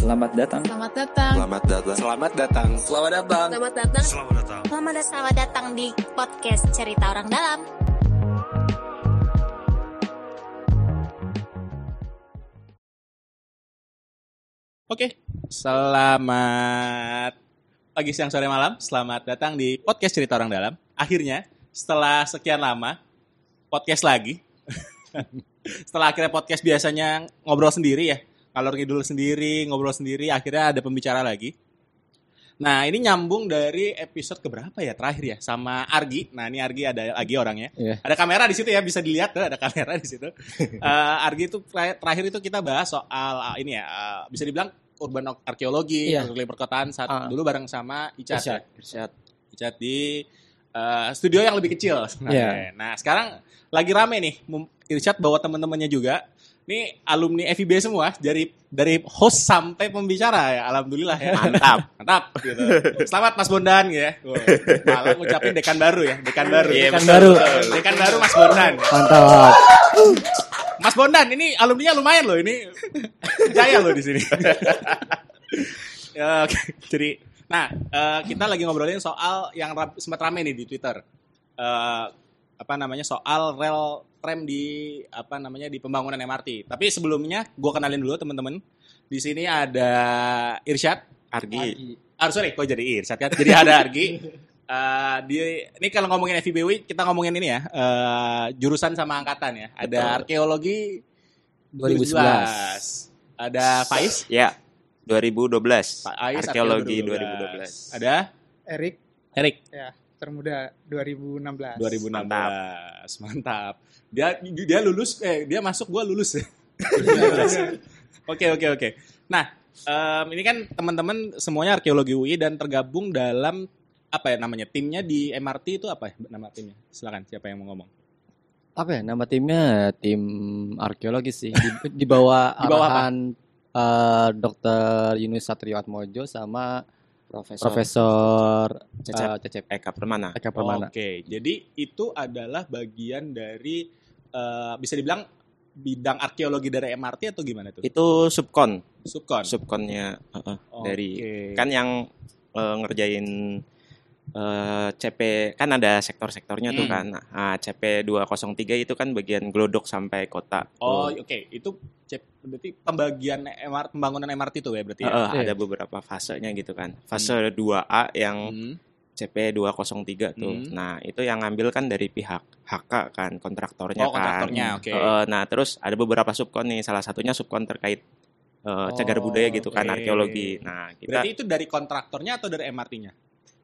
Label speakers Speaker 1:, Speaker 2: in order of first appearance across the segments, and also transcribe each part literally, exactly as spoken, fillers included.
Speaker 1: Selamat datang.
Speaker 2: Selamat datang.
Speaker 3: Selamat datang.
Speaker 4: Selamat datang.
Speaker 3: Selamat datang.
Speaker 2: Selamat datang.
Speaker 4: Selamat datang.
Speaker 5: Selamat datang. Selamat datang di podcast Cerita Orang Dalam.
Speaker 4: Oke, selamat pagi, siang, sore, malam. Selamat datang di podcast Cerita Orang Dalam. Akhirnya, setelah sekian lama, podcast lagi. Setelah akhirnya podcast biasanya ngobrol sendiri ya, ngalor ngidul sendiri, ngobrol sendiri, akhirnya ada pembicara lagi. Nah, ini nyambung dari episode keberapa ya, terakhir ya, sama Argi. Nah, ini Argi ada lagi orangnya.
Speaker 1: Yeah.
Speaker 4: Ada kamera di situ ya, bisa dilihat tuh, ada kamera di situ. uh, Argi itu terakhir itu kita bahas soal uh, ini ya, uh, bisa dibilang urban arkeologi,
Speaker 1: Yeah.
Speaker 4: arkeologi perkotaan saat
Speaker 1: Uh.
Speaker 4: dulu bareng sama Icat.
Speaker 1: Irsyad.
Speaker 4: Ya? Irsyad. Icat di uh, studio yang lebih kecil. Nah,
Speaker 1: Yeah.
Speaker 4: nah, sekarang lagi rame nih, Irsyad bawa teman-temannya juga. Ini alumni F I B semua, dari dari host sampai pembicara ya, alhamdulillah ya.
Speaker 3: Mantap.
Speaker 4: Mantap gitu. Selamat Mas Bondan ya. Wow. Malah ngucapin dekan baru ya, dekan baru.
Speaker 3: Iya,
Speaker 1: Dekan
Speaker 3: betul,
Speaker 1: baru.
Speaker 3: betul.
Speaker 4: Dekan baru Mas Bondan.
Speaker 1: Mantap.
Speaker 4: Mas Bondan ini alumninya lumayan loh, ini jaya loh di sini. Ya, oke. Jadi, nah eh, kita lagi ngobrolin soal yang rap, sempat rame nih di Twitter. Eh, apa namanya, soal rel tram di apa namanya di pembangunan M R T. Tapi sebelumnya gue kenalin dulu teman-teman. Di sini ada Irsyad,
Speaker 3: Argi.
Speaker 4: Ah, sorry, kok jadi Irsyad kan? Jadi ada Argi. Uh, di ini kalau ngomongin F I B U I kita ngomongin ini ya, uh, jurusan sama angkatan ya. Ada
Speaker 3: Betul.
Speaker 4: arkeologi
Speaker 1: dua ribu sebelas.
Speaker 4: Ada Faiz,
Speaker 3: Ya, dua ribu dua belas.
Speaker 4: Faiz
Speaker 3: Arkeologi
Speaker 4: arkeologi
Speaker 3: dua ribu dua belas.
Speaker 4: Ada
Speaker 6: Erik,
Speaker 4: Erik
Speaker 6: ya, termuda dua ribu enam belas.
Speaker 4: dua ribu enam belas. Mantap. Dia dia lulus eh dia masuk, gua lulus. Oke, oke, oke. Nah, um, ini kan teman-teman semuanya arkeologi U I dan tergabung dalam apa ya namanya? Timnya di M R T itu apa ya nama timnya? Silakan, siapa yang mau ngomong?
Speaker 1: Apa ya nama timnya? Tim arkeologi sih. Di, di bawah
Speaker 4: Di bawah
Speaker 1: arahan eh, dokter Yunus Satriatmojo sama
Speaker 3: Profesor,
Speaker 1: Profesor
Speaker 3: Cecep.
Speaker 1: eh, Cecep
Speaker 3: Eka Permana.
Speaker 1: Eka Permana.
Speaker 4: Oke, jadi itu adalah bagian dari eh, bisa dibilang bidang arkeologi dari M R T atau gimana tuh?
Speaker 3: Itu subkon.
Speaker 4: Subkon.
Speaker 3: Subkonnya uh, uh,
Speaker 4: Oke.
Speaker 3: dari kan yang uh, ngerjain uh, C P kan ada sektor-sektornya tuh
Speaker 4: Hmm.
Speaker 3: kan. Nah, C P dua nol tiga itu kan bagian glodok sampai kota.
Speaker 4: Oh,
Speaker 3: Tuh.
Speaker 4: oke. Itu cep- berarti pembagian M R T, pembangunan M R T itu ya berarti
Speaker 3: Uh,
Speaker 4: ya?
Speaker 3: uh,
Speaker 1: Iya.
Speaker 3: ada beberapa fasenya gitu kan. Fase dua A yang
Speaker 4: Hmm.
Speaker 3: C P dua nol tiga tuh.
Speaker 4: Hmm.
Speaker 3: Nah, itu yang ngambil kan dari pihak H K kan, kontraktornya
Speaker 4: Oh, kontraktornya,
Speaker 3: kan.
Speaker 4: oke.
Speaker 3: Uh, nah, terus ada beberapa subkon nih. Salah satunya subkon terkait uh, cagar
Speaker 4: Oh,
Speaker 3: budaya gitu kan,
Speaker 4: oke.
Speaker 3: arkeologi. Nah, kita
Speaker 4: Berarti itu dari kontraktornya atau dari M R T-nya?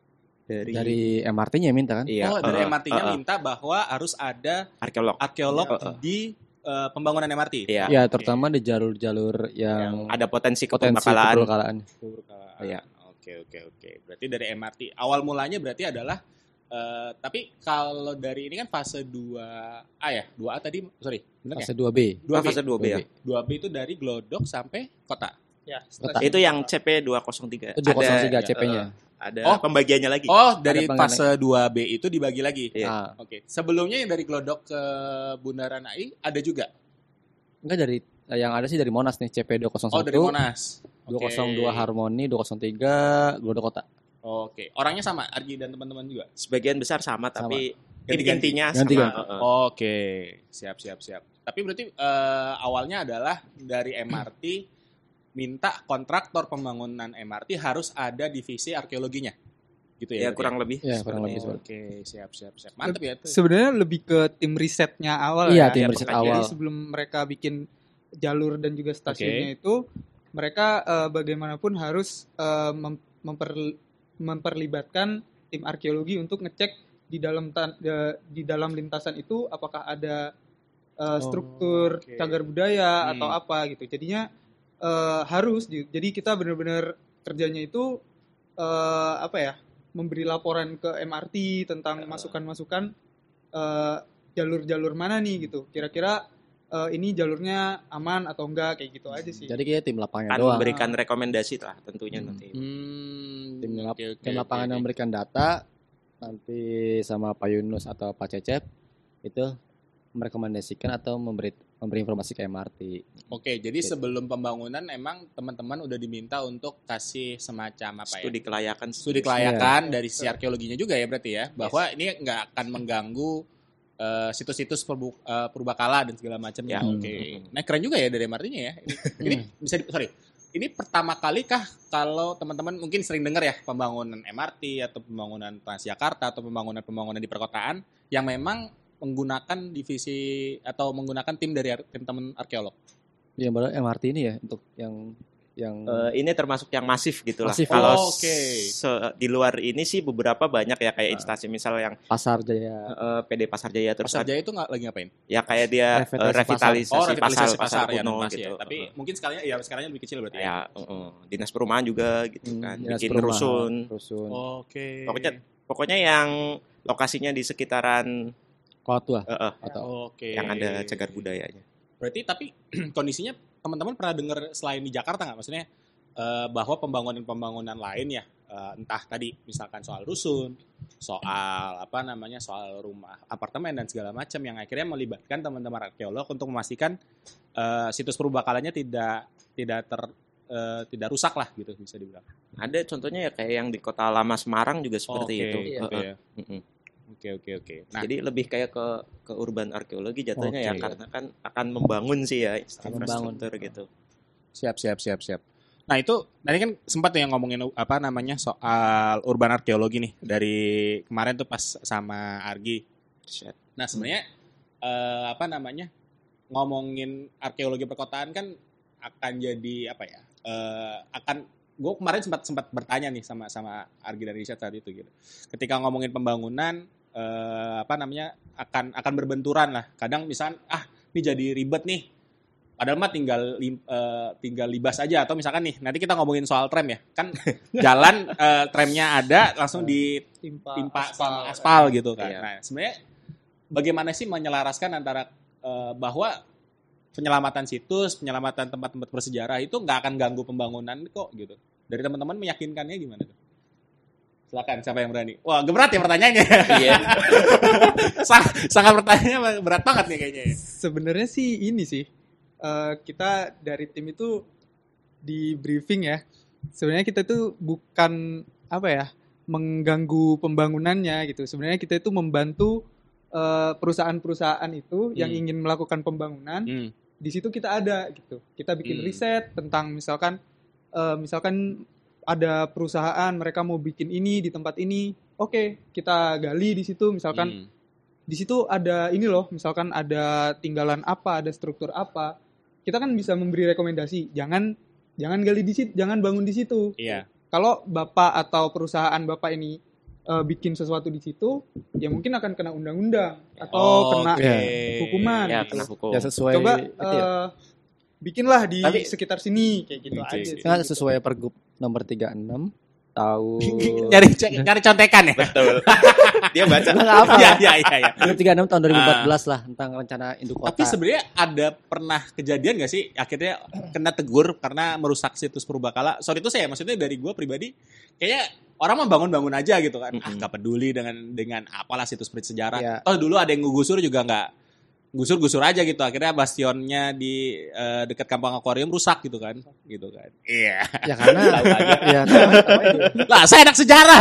Speaker 3: dari,
Speaker 1: Dari M R T-nya minta kan?
Speaker 3: iya,
Speaker 4: oh, dari
Speaker 3: uh,
Speaker 4: M R T-nya
Speaker 3: uh, uh,
Speaker 4: minta bahwa harus ada
Speaker 3: arkeolog.
Speaker 4: arkeolog
Speaker 3: Uh, uh.
Speaker 4: di eh, pembangunan M R T.
Speaker 3: Iya.
Speaker 1: Ya, terutama di jalur-jalur yang,
Speaker 3: Ada potensi
Speaker 1: potensi
Speaker 3: keperbakalaan.
Speaker 1: keperbakalaan.
Speaker 3: Iya.
Speaker 4: Oke, oke, oke. Berarti dari M R T. Awal mulanya berarti adalah eh, tapi kalau dari ini kan fase dua A ya? dua A tadi, sorry, benar ya?
Speaker 1: Fase dua B.
Speaker 4: dua B.
Speaker 3: Fase dua B ya.
Speaker 4: dua B itu dari Glodok sampai kota.
Speaker 6: Ya,
Speaker 1: Kota.
Speaker 6: stasiun
Speaker 3: Itu yang
Speaker 6: kota.
Speaker 3: C P dua nol tiga.
Speaker 1: Itu dua nol tiga
Speaker 3: Ada,
Speaker 1: C P-nya.
Speaker 3: uh, ada
Speaker 4: Oh.
Speaker 3: pembagiannya lagi.
Speaker 4: Oh, dari
Speaker 1: pengen-
Speaker 4: fase dua B itu dibagi lagi.
Speaker 3: Iya.
Speaker 1: Ah,
Speaker 4: Oke. Sebelumnya yang dari Glodok ke Bundaran A I ada juga.
Speaker 1: enggak dari yang ada sih dari Monas nih C P dua nol satu.
Speaker 4: Oh, dari Monas.
Speaker 1: dua
Speaker 4: Oke.
Speaker 1: nol dua Harmoni, dua nol tiga Glodok Kota.
Speaker 4: Oke. Orangnya sama Argi dan teman-teman juga.
Speaker 3: Sebagian besar sama, tapi
Speaker 4: Ganti-ganti.
Speaker 3: intinya
Speaker 1: Ganti,
Speaker 3: sama.
Speaker 1: ganti.
Speaker 3: uh, uh.
Speaker 4: Oke, siap siap siap. Tapi berarti eh, awalnya adalah dari M R T minta kontraktor pembangunan M R T harus ada divisi arkeologinya, gitu ya?
Speaker 3: Ya
Speaker 4: berarti
Speaker 3: kurang lebih.
Speaker 1: Ya, kurang
Speaker 4: Oh,
Speaker 1: lebih seperti
Speaker 4: Oke, siap siap siap. Mantap ya. tuh.
Speaker 6: Sebenarnya lebih ke tim risetnya awal
Speaker 1: Iya,
Speaker 6: ya.
Speaker 1: tim
Speaker 3: Ya,
Speaker 1: riset
Speaker 3: pokoknya.
Speaker 1: awal.
Speaker 6: Jadi sebelum mereka bikin jalur dan juga stasiunnya itu, mereka eh, bagaimanapun harus eh, mem- memper- memperlibatkan tim arkeologi untuk ngecek di dalam tan- de- di dalam lintasan itu apakah ada eh, struktur
Speaker 4: oke.
Speaker 6: cagar budaya
Speaker 4: Hmm.
Speaker 6: atau apa gitu. Jadinya eh, harus di- jadi kita benar-benar kerjanya itu eh, apa ya? Memberi laporan ke M R T tentang masukan-masukan eh, jalur-jalur mana nih gitu. Kira-kira eh, ini jalurnya aman atau enggak kayak gitu aja sih.
Speaker 1: Jadi kita tim lapangan
Speaker 3: Kan
Speaker 1: doang.
Speaker 3: memberikan rekomendasi lah tentunya
Speaker 1: Hmm.
Speaker 3: nanti.
Speaker 4: Hmm,
Speaker 1: Tim, lap-
Speaker 4: oke, oke,
Speaker 1: tim
Speaker 4: oke,
Speaker 1: lapangan
Speaker 4: oke.
Speaker 1: yang memberikan data nanti sama Pak Yunus atau Pak Cecep itu merekomendasikan atau memberi memberi informasi ke M R T.
Speaker 4: Oke, jadi sebelum pembangunan emang teman-teman udah diminta untuk kasih semacam apa ya?
Speaker 3: Studi kelayakan.
Speaker 4: Studi kelayakan dari sisi arkeologinya juga ya berarti ya, bahwa ini nggak akan mengganggu uh, situs-situs perbu- uh, purbakala dan segala macamnya.
Speaker 3: Ya.
Speaker 4: Oke. Nah keren juga ya dari M R T-nya ya. Ini, ini bisa di, sorry. Ini pertama kali kah kalau teman-teman mungkin sering dengar ya pembangunan M R T atau pembangunan Transjakarta atau pembangunan-pembangunan di perkotaan yang memang menggunakan divisi atau menggunakan tim dari ar- tim teman arkeolog.
Speaker 1: Ya baru M R T ini ya untuk yang yang
Speaker 3: Eh, ini termasuk yang masif gitu lah.
Speaker 1: Masif.
Speaker 3: Kalau
Speaker 4: Oh, oke.
Speaker 3: se- di luar ini sih beberapa banyak ya kayak instansi misal yang
Speaker 1: Pasar Jaya.
Speaker 3: eh, P D Pasar Jaya terus
Speaker 4: Pasar
Speaker 3: ada-
Speaker 4: Jaya itu nggak lagi ngapain?
Speaker 3: ya kayak dia eh,
Speaker 1: Revitalisasi
Speaker 3: revitalisasi,
Speaker 4: Oh,
Speaker 3: pasar,
Speaker 4: revitalisasi
Speaker 3: pasar,
Speaker 4: pasar, ya,
Speaker 3: kuno
Speaker 4: non-pas
Speaker 3: gitu.
Speaker 4: ya. Tapi
Speaker 3: Heeh.
Speaker 4: mungkin sekarangnya ya sekarangnya lebih kecil berarti ya.
Speaker 3: ya heeh. Dinas perumahan juga gitu
Speaker 1: Hmm,
Speaker 3: kan,
Speaker 1: dinas
Speaker 3: bikin
Speaker 1: perumahan,
Speaker 3: rusun.
Speaker 1: rusun.
Speaker 4: Oke.
Speaker 3: Pokoknya pokoknya yang lokasinya di sekitaran
Speaker 1: Kota.
Speaker 3: eh, eh,
Speaker 1: Atau
Speaker 4: Oke.
Speaker 3: yang ada cagar budayanya.
Speaker 4: Berarti tapi kondisinya teman-teman pernah dengar selain di Jakarta nggak? Maksudnya eh, bahwa pembangunan-pembangunan lain ya, eh, entah tadi misalkan soal rusun, soal apa namanya, soal rumah, apartemen dan segala macam yang akhirnya melibatkan teman-teman arkeolog untuk memastikan eh, situs purbakalanya tidak tidak ter eh, tidak rusak lah gitu bisa dibilang.
Speaker 3: Ada contohnya ya kayak yang di Kota Lama Semarang juga seperti
Speaker 4: Oke,
Speaker 3: itu.
Speaker 4: gitu
Speaker 3: Heeh.
Speaker 4: ya.
Speaker 3: Mm-mm.
Speaker 4: Oke oke oke. Nah,
Speaker 3: Jadi lebih kayak ke ke urban arkeologi jatuhnya ya
Speaker 4: Oke.
Speaker 3: karena kan akan membangun sih ya
Speaker 1: membangun.
Speaker 3: infrastruktur gitu.
Speaker 4: siap siap siap siap. Nah itu tadi kan sempat tuh yang ngomongin apa namanya soal urban arkeologi nih dari kemarin tuh pas sama Argi.
Speaker 3: Shit.
Speaker 4: Nah sebenarnya eh, apa namanya ngomongin arkeologi perkotaan kan akan jadi apa ya? eh, akan gue kemarin sempat sempat bertanya nih sama sama Argi dan Richard saat itu gitu. Ketika ngomongin pembangunan eh, apa namanya akan akan berbenturan lah. Kadang misalkan ah ini jadi ribet nih. Padahal mah tinggal lim- eh, tinggal libas aja atau misalkan nih nanti kita ngomongin soal tram ya. Kan jalan eh, tramnya ada langsung ditimpa
Speaker 6: timpa,
Speaker 4: sama aspal gitu kan.
Speaker 3: Iya.
Speaker 4: Nah, sebenarnya bagaimana sih menyelaraskan antara eh, bahwa penyelamatan situs, penyelamatan tempat-tempat bersejarah itu nggak akan ganggu pembangunan kok gitu. Dari teman-teman meyakinkannya gimana tuh? Silakan siapa yang berani? Wah, berat ya pertanyaannya.
Speaker 3: Iya.
Speaker 4: Sang- sangat pertanyaannya berat banget nih kayaknya. ya.
Speaker 6: Sebenarnya sih ini sih eh, kita dari tim itu di briefing ya. Sebenarnya kita itu bukan apa ya mengganggu pembangunannya gitu. Sebenarnya kita itu membantu eh, perusahaan-perusahaan itu yang
Speaker 4: Hmm.
Speaker 6: ingin melakukan pembangunan.
Speaker 4: Hmm.
Speaker 6: Di situ kita ada gitu. Kita bikin
Speaker 4: Hmm.
Speaker 6: riset tentang misalkan eh, misalkan ada perusahaan mereka mau bikin ini di tempat ini. Oke, kita gali di situ misalkan
Speaker 4: Hmm.
Speaker 6: di situ ada ini loh, misalkan ada tinggalan apa, ada struktur apa, kita kan bisa memberi rekomendasi. Jangan jangan gali di situ, jangan bangun di situ.
Speaker 4: Iya.
Speaker 6: Kalau bapak atau perusahaan bapak ini eh, bikin sesuatu di situ, ya mungkin akan kena undang-undang atau kena
Speaker 4: Oke.
Speaker 6: hukuman.
Speaker 3: Ya
Speaker 6: gitu.
Speaker 3: kena hukum.
Speaker 1: ya sesuai
Speaker 6: Coba
Speaker 1: itu ya.
Speaker 6: eh, bikinlah di
Speaker 3: Tapi-
Speaker 6: sekitar sini kayak gitu
Speaker 4: Oke.
Speaker 6: aja. sih.
Speaker 1: Kan sesuai Pergub nomor tiga puluh enam tahun
Speaker 4: nyari nyari contekan ya.
Speaker 3: Betul. Dia baca.
Speaker 1: Enggak apa.
Speaker 4: Iya iya iya iya.
Speaker 1: Nomor tiga puluh enam tahun dua ribu empat belas lah tentang rencana induk kota.
Speaker 4: Tapi sebenarnya ada pernah kejadian gak sih akhirnya kena tegur karena merusak situs purbakala? Sorry itu saya maksudnya dari gue pribadi kayaknya orang mau bangun-bangun aja gitu kan. Ah
Speaker 3: Mm-mm.
Speaker 4: gak peduli dengan dengan apalah situs bersejarah.
Speaker 1: Iya.
Speaker 4: Oh dulu ada yang ngegusur juga nggak gusur-gusur aja gitu. Akhirnya bastionnya di eh, dekat kampung akuarium rusak gitu kan. Gitu kan. Iya.
Speaker 1: ya karena
Speaker 3: Tahu aja.
Speaker 1: ya tahu, tahu aja.
Speaker 4: Lah saya anak sejarah.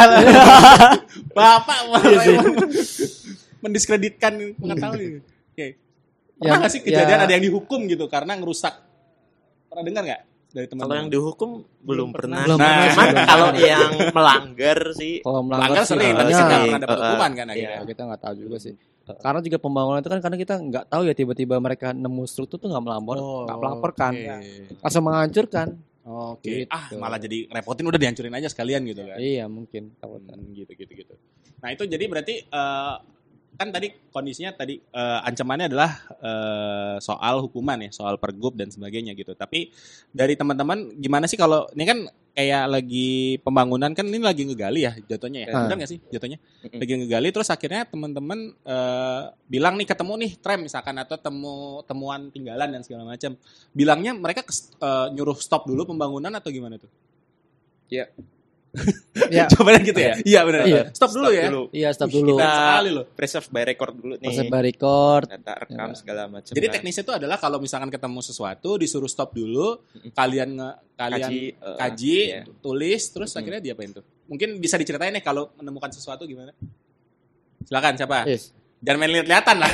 Speaker 4: Bapak
Speaker 1: Iya sih.
Speaker 4: mendiskreditkan pengetahuan. Oke. Pernah
Speaker 1: Yang-
Speaker 4: nggak sih kejadian
Speaker 1: ya-
Speaker 4: ada yang dihukum gitu karena ngerusak? Pernah dengar nggak dari
Speaker 3: Kalau
Speaker 4: teman-teman?
Speaker 3: yang dihukum belum pernah.
Speaker 1: Belum
Speaker 3: Nah,
Speaker 1: pernah sih,
Speaker 3: cuman
Speaker 1: belum
Speaker 3: kalau
Speaker 1: pernah.
Speaker 3: yang melanggar sih
Speaker 1: Kalau
Speaker 4: Melanggar
Speaker 1: melanggar sih
Speaker 4: sering, tapi
Speaker 1: banyak.
Speaker 4: sih nggak
Speaker 3: Iya.
Speaker 4: pernah dapat
Speaker 3: Eh, eh.
Speaker 4: hukuman kan
Speaker 1: Ya,
Speaker 4: akhirnya.
Speaker 1: kita nggak tahu juga sih. Karena juga pembangunan itu kan karena kita nggak tahu ya tiba-tiba mereka nemu struktur tuh nggak melapor, nggak melaporkan,
Speaker 4: Oh, oke.
Speaker 1: langsung menghancurkan.
Speaker 4: Oke.
Speaker 1: Gitu.
Speaker 4: Ah, malah jadi repotin udah dihancurin aja sekalian gitu kan.
Speaker 1: Iya mungkin takutnya.
Speaker 4: Hmm, gitu gitu gitu. Nah, itu jadi berarti eh, kan tadi kondisinya tadi eh, ancamannya adalah eh, soal hukuman ya, soal pergub dan sebagainya gitu. Tapi dari teman-teman gimana sih kalau ini kan kayak lagi pembangunan kan ini lagi ngegali ya jatuhnya ya.
Speaker 1: Ah.
Speaker 4: Benar nggak sih jatuhnya?
Speaker 3: Mm-mm.
Speaker 4: Lagi ngegali terus akhirnya teman-teman eh, bilang nih ketemu nih tram misalkan atau temu temuan tinggalan dan segala macam. Bilangnya mereka kes- eh, nyuruh stop dulu pembangunan atau gimana tuh?
Speaker 1: Ya.
Speaker 4: Jawabannya gitu ya? Iya benar.
Speaker 1: Iya.
Speaker 4: Stop dulu ya.
Speaker 1: Iya, stop dulu.
Speaker 3: Kita
Speaker 4: Sekali loh.
Speaker 3: preserve by record dulu nih.
Speaker 1: Proses by record.
Speaker 3: Data rekam
Speaker 1: Ya.
Speaker 3: segala macam.
Speaker 4: Jadi
Speaker 3: kan.
Speaker 4: teknisnya itu adalah kalau misalkan ketemu sesuatu disuruh stop dulu, kalian nge, kalian
Speaker 3: Kaji,
Speaker 4: kaji,
Speaker 3: eh, iya.
Speaker 4: tulis, terus
Speaker 3: Mm-mm.
Speaker 4: akhirnya diapain tuh? Mungkin bisa diceritain nih kalau menemukan sesuatu gimana? Silakan siapa?
Speaker 1: Yes.
Speaker 4: Jangan main lihat-lihatan lah.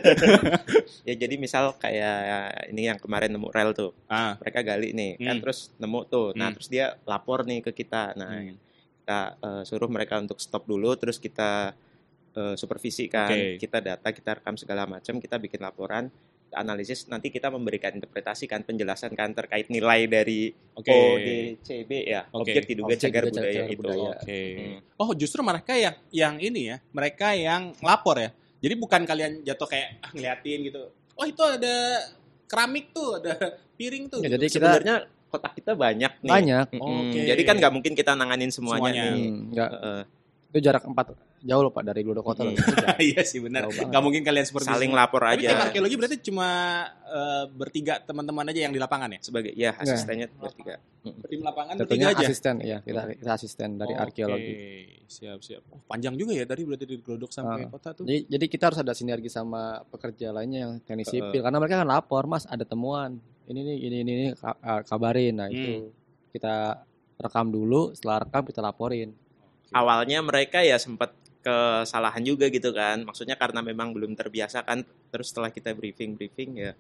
Speaker 3: Ya jadi misal kayak ini yang kemarin nemu rel tuh.
Speaker 4: ah.
Speaker 3: Mereka gali nih, kan
Speaker 4: Hmm.
Speaker 3: terus nemu tuh. Nah,
Speaker 4: Hmm.
Speaker 3: terus dia lapor nih ke kita. Nah,
Speaker 4: Hmm.
Speaker 3: kita eh, suruh mereka untuk stop dulu, terus kita eh, supervisi kan.
Speaker 4: Oke.
Speaker 3: Kita data, kita rekam segala macam, kita bikin laporan, kita analisis, nanti kita memberikan interpretasi kan, penjelasan kan terkait nilai dari
Speaker 4: Oke.
Speaker 3: O D C B ya,
Speaker 4: Oke.
Speaker 3: objek diduga
Speaker 1: Objek
Speaker 3: cagar
Speaker 1: diduga
Speaker 3: budaya
Speaker 1: cagar
Speaker 3: itu.
Speaker 1: budaya.
Speaker 4: Oke.
Speaker 3: Hmm.
Speaker 4: Oh, justru mereka yang yang ini ya, mereka yang lapor ya. Jadi bukan kalian jatuh kayak ah, ngeliatin gitu. Oh, itu ada keramik tuh, ada piring tuh.
Speaker 1: Ya,
Speaker 4: gitu.
Speaker 1: jadi kita
Speaker 3: Sebenarnya kotak kita banyak nih.
Speaker 1: banyak.
Speaker 3: Mm-mm.
Speaker 4: Oke.
Speaker 3: Jadi kan nggak mungkin kita nanganin semuanya,
Speaker 4: Semuanya.
Speaker 3: nih.
Speaker 1: Hmm, enggak.
Speaker 3: Heeh.
Speaker 1: Itu jarak empat jauh loh Pak dari Glodok Kota loh.
Speaker 4: Iya sih benar.
Speaker 1: Jauh banget.
Speaker 4: Gak mungkin kalian seperti
Speaker 3: Saling
Speaker 4: semua.
Speaker 3: lapor
Speaker 4: Tapi tim
Speaker 3: aja.
Speaker 4: arkeologi berarti cuma eh, bertiga teman-teman aja yang di lapangan ya?
Speaker 3: Sebagai ya asistennya bertiga.
Speaker 4: Tim lapangan
Speaker 1: Tentunya
Speaker 4: bertiga aja?
Speaker 1: asisten ya, kita kita asisten dari
Speaker 4: Oke,
Speaker 1: arkeologi.
Speaker 4: siap siap. Oh, panjang juga ya tadi berarti dari Glodok sampai
Speaker 1: Ah.
Speaker 4: kota tuh.
Speaker 1: Jadi, jadi kita harus ada sinergi sama pekerja lainnya yang teknik
Speaker 3: Heeh.
Speaker 1: sipil karena mereka kan lapor, Mas, ada temuan. Ini nih ini ini, ini ka- ah, kabarin. Nah,
Speaker 4: Hmm.
Speaker 1: itu kita rekam dulu, setelah rekam kita laporin.
Speaker 3: Awalnya mereka ya sempat kesalahan juga gitu kan. Maksudnya karena memang belum terbiasa kan. Terus setelah kita briefing-briefing ya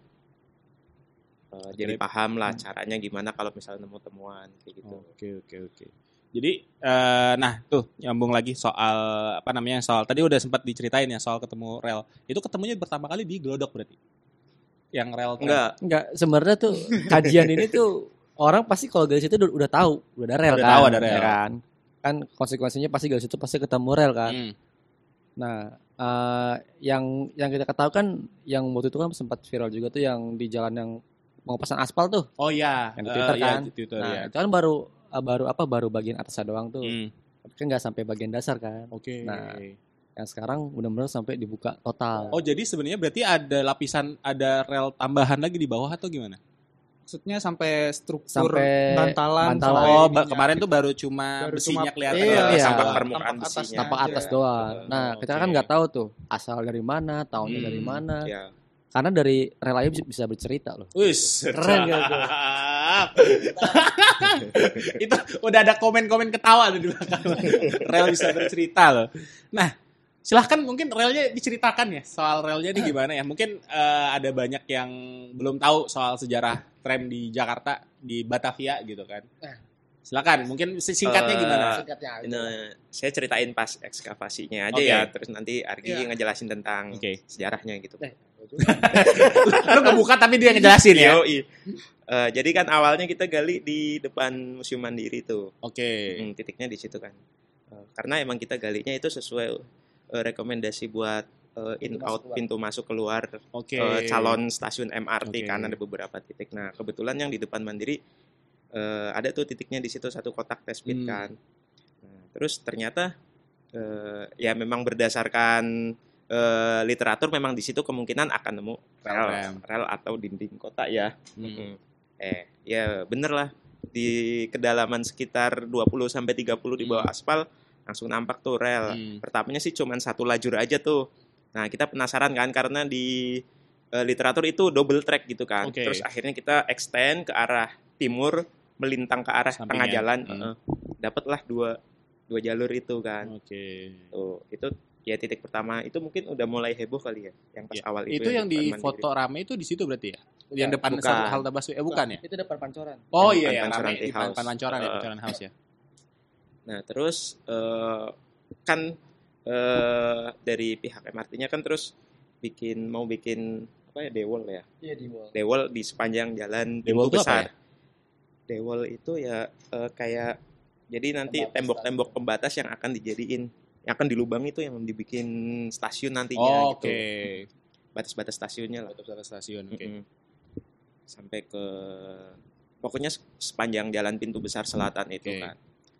Speaker 3: eh, jadi paham lah caranya gimana kalau misalnya nemu temuan kayak gitu.
Speaker 4: Oke oke oke. Jadi eh, nah tuh nyambung lagi soal apa namanya soal tadi udah sempat diceritain ya soal ketemu rel. Itu ketemunya pertama kali di Glodok berarti. Yang rel tram.
Speaker 3: Enggak,
Speaker 1: Enggak, sebenarnya tuh kajian ini tuh orang pasti kalau dari situ udah, udah tahu, udah ada rel
Speaker 4: Udah
Speaker 1: kan.
Speaker 4: tahu ada rel.
Speaker 1: ya kan. Kan konsekuensinya pasti dari situ pasti ketemu rel kan.
Speaker 4: Hmm.
Speaker 1: Nah, eh, yang yang kita ketahui kan yang waktu itu kan sempat viral juga tuh yang di jalan yang mau pasang aspal tuh.
Speaker 4: Oh iya,
Speaker 1: Yang di
Speaker 4: Eh,
Speaker 1: Twitter
Speaker 4: iya,
Speaker 1: kan?
Speaker 4: di Twitter,
Speaker 1: Nah,
Speaker 4: ya.
Speaker 1: itu kan baru eh, baru apa baru bagian atasnya doang tuh.
Speaker 4: Hmm.
Speaker 1: Tapi kan nggak sampai bagian dasar kan.
Speaker 4: Oke.
Speaker 1: Nah, Yang sekarang benar-benar sampai dibuka total.
Speaker 4: Oh jadi sebenarnya berarti ada lapisan ada rel tambahan lagi di bawah atau gimana?
Speaker 6: Maksudnya sampai struktur
Speaker 1: Sampai
Speaker 6: bantalan.
Speaker 1: bantalan.
Speaker 6: sampai
Speaker 4: Oh
Speaker 6: ininya.
Speaker 4: ba- kemarin tuh baru cuma
Speaker 6: Baru
Speaker 4: besinya
Speaker 6: cuma-
Speaker 4: kelihatan.
Speaker 6: Iya,
Speaker 4: ya?
Speaker 1: iya.
Speaker 3: Sampai
Speaker 6: Tampak
Speaker 3: permukaan
Speaker 6: atasnya
Speaker 3: besinya.
Speaker 1: Tampak atas
Speaker 6: aja.
Speaker 1: doang. Nah,
Speaker 4: Oh,
Speaker 1: kita
Speaker 4: oke.
Speaker 1: kan nggak tahu tuh asal dari mana, tahunnya
Speaker 4: Hmm,
Speaker 1: dari mana.
Speaker 3: Ya.
Speaker 1: Karena dari rel aja bisa, bisa bercerita loh.
Speaker 4: Wis,
Speaker 1: Keren gak tuh?
Speaker 4: Itu udah ada komen-komen ketawa tuh di belakang. Rel bisa bercerita loh. Nah, silahkan mungkin relnya diceritakan ya soal relnya ini gimana ya. Mungkin eh, ada banyak yang belum tahu soal sejarah tram di Jakarta, di Batavia gitu kan. Silakan, mungkin singkatnya
Speaker 3: Eh,
Speaker 4: gimana?
Speaker 3: Ini, saya ceritain pas ekskavasinya aja
Speaker 4: Oke.
Speaker 3: ya, terus nanti Argi
Speaker 6: Iya.
Speaker 3: ngejelasin tentang
Speaker 4: Oke.
Speaker 3: sejarahnya gitu.
Speaker 4: Lu kebuka tapi dia ngejelasin ya.
Speaker 3: Yoi. Eh, jadi kan awalnya kita gali di depan Museum Mandiri tuh.
Speaker 4: Oke.
Speaker 3: Hmm, titiknya di situ kan. Eh, karena emang kita galinya itu sesuai eh, rekomendasi buat eh, in out pintu masuk keluar
Speaker 4: Oke.
Speaker 3: eh, calon stasiun M R T
Speaker 4: Oke.
Speaker 3: kan ada beberapa titik. Nah, kebetulan yang di depan Mandiri eh, ada tuh titiknya di situ satu kotak test pit
Speaker 4: Hmm.
Speaker 3: kan. Nah, terus ternyata eh, ya memang berdasarkan eh, literatur memang di situ kemungkinan akan nemu rel,
Speaker 4: Rel.
Speaker 3: rel atau dinding kota ya.
Speaker 4: Hmm.
Speaker 3: Mm. Eh, ya bener lah di kedalaman sekitar dua puluh sampai tiga puluh di bawah aspal langsung nampak tuh rel.
Speaker 4: Hmm.
Speaker 3: Pertamanya sih cuman satu lajur aja tuh. Nah, kita penasaran kan karena di eh, literatur itu double track gitu kan.
Speaker 4: Oke.
Speaker 3: Terus akhirnya kita extend ke arah timur, melintang ke arah
Speaker 4: Sampingnya.
Speaker 3: tengah jalan.
Speaker 4: Hmm.
Speaker 3: Heeh. Dapatlah dua dua jalur itu kan.
Speaker 4: Oke.
Speaker 3: Tuh, itu ya titik pertama itu mungkin udah mulai heboh kali ya yang pas
Speaker 4: Ya,
Speaker 3: awal itu.
Speaker 4: Itu yang di
Speaker 3: depan Mandiri.
Speaker 4: foto rame itu di situ berarti ya? Yang
Speaker 1: Ya,
Speaker 4: depan
Speaker 3: bukan.
Speaker 4: halte busway eh bukan ya?
Speaker 1: Itu depan pancoran.
Speaker 4: Oh
Speaker 3: Yang
Speaker 4: iya
Speaker 3: depan
Speaker 4: ya,
Speaker 3: Pancoran
Speaker 4: rame
Speaker 3: Tea
Speaker 4: di depan
Speaker 3: House.
Speaker 4: Pancoran ya,
Speaker 3: Eh.
Speaker 4: Pancoran House ya.
Speaker 3: Nah, terus eh, kan eh, dari pihak M R T-nya kan terus bikin mau bikin apa ya dewol ya.
Speaker 1: Iya di wall.
Speaker 3: Dewol di sepanjang jalan
Speaker 4: Dewol
Speaker 3: pintu
Speaker 4: itu apa
Speaker 3: besar.
Speaker 4: ya?
Speaker 3: Dewol itu ya eh, kayak jadi nanti
Speaker 1: Pembatas
Speaker 3: tembok-tembok pembatas yang akan dijadiin yang akan dilubang itu yang dibikin stasiun nantinya
Speaker 4: Oh,
Speaker 3: gitu.
Speaker 4: oke.
Speaker 3: Batas-batas stasiunnya lah.
Speaker 4: Batas stasiun, oke.
Speaker 3: Mm-mm. Sampai ke pokoknya sepanjang jalan pintu besar selatan itu
Speaker 4: Oke.
Speaker 3: kan.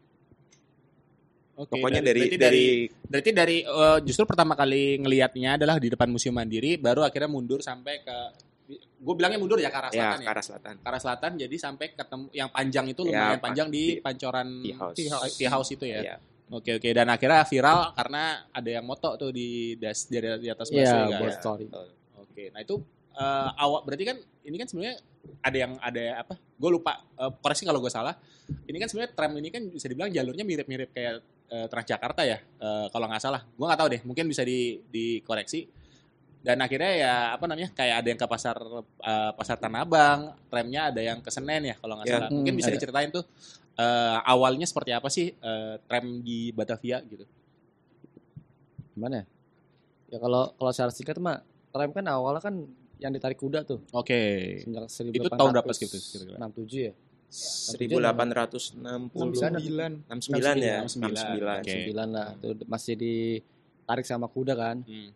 Speaker 4: Oke,
Speaker 3: Pokoknya
Speaker 4: berarti
Speaker 3: dari
Speaker 4: dari
Speaker 3: dari
Speaker 4: berarti dari eh, justru pertama kali ngelihatnya adalah di depan Museum Mandiri, baru akhirnya mundur sampai ke gue bilangnya mundur ya ke arah
Speaker 3: Ya,
Speaker 4: selatan
Speaker 3: ke
Speaker 4: ya.
Speaker 3: arah selatan.
Speaker 4: Ke arah selatan jadi sampai ketemu yang panjang itu
Speaker 3: Ya,
Speaker 4: lumayan
Speaker 3: pa-
Speaker 4: panjang di
Speaker 3: di-
Speaker 4: pancoran
Speaker 3: Tea House.
Speaker 6: Tea House.
Speaker 4: Tea House itu ya.
Speaker 3: Iya.
Speaker 4: Oke oke dan akhirnya viral karena ada yang moto tuh di das di, di atas busway
Speaker 1: Iya,
Speaker 4: kan.
Speaker 1: buat story.
Speaker 4: Oke, nah itu eh, awak berarti kan ini kan sebenarnya ada yang ada apa? Gue lupa eh, koreksi kalau gue salah. Ini kan sebenarnya tram ini kan bisa dibilang jalurnya mirip-mirip kayak eh, Transjakarta ya, eh, kalau nggak salah. Gue nggak tahu deh, mungkin bisa di dikoreksi. Dan akhirnya ya apa namanya kayak ada yang ke pasar eh, pasar Tanah Abang, tramnya ada yang ke Senen ya kalau nggak
Speaker 3: Ya.
Speaker 4: salah. Mungkin
Speaker 1: Hmm,
Speaker 4: bisa
Speaker 1: ada.
Speaker 4: diceritain tuh eh, awalnya seperti apa sih eh, tram di Batavia gitu?
Speaker 1: Gimana ya? Ya kalau kalau secara singkat mah tram kan awalnya kan yang ditarik kuda tuh.
Speaker 4: Oke.
Speaker 1: Sejak
Speaker 4: Itu tahun berapa gitu kira-kira?
Speaker 1: enam puluh tujuh ya?
Speaker 3: seribu delapan ratus enam puluh
Speaker 6: sembilan
Speaker 3: enam puluh sembilan ya,
Speaker 4: enam puluh sembilan.
Speaker 3: enam puluh sembilan.
Speaker 4: Oke.
Speaker 1: sembilan lah. Itu masih ditarik sama kuda kan.
Speaker 4: Hmm.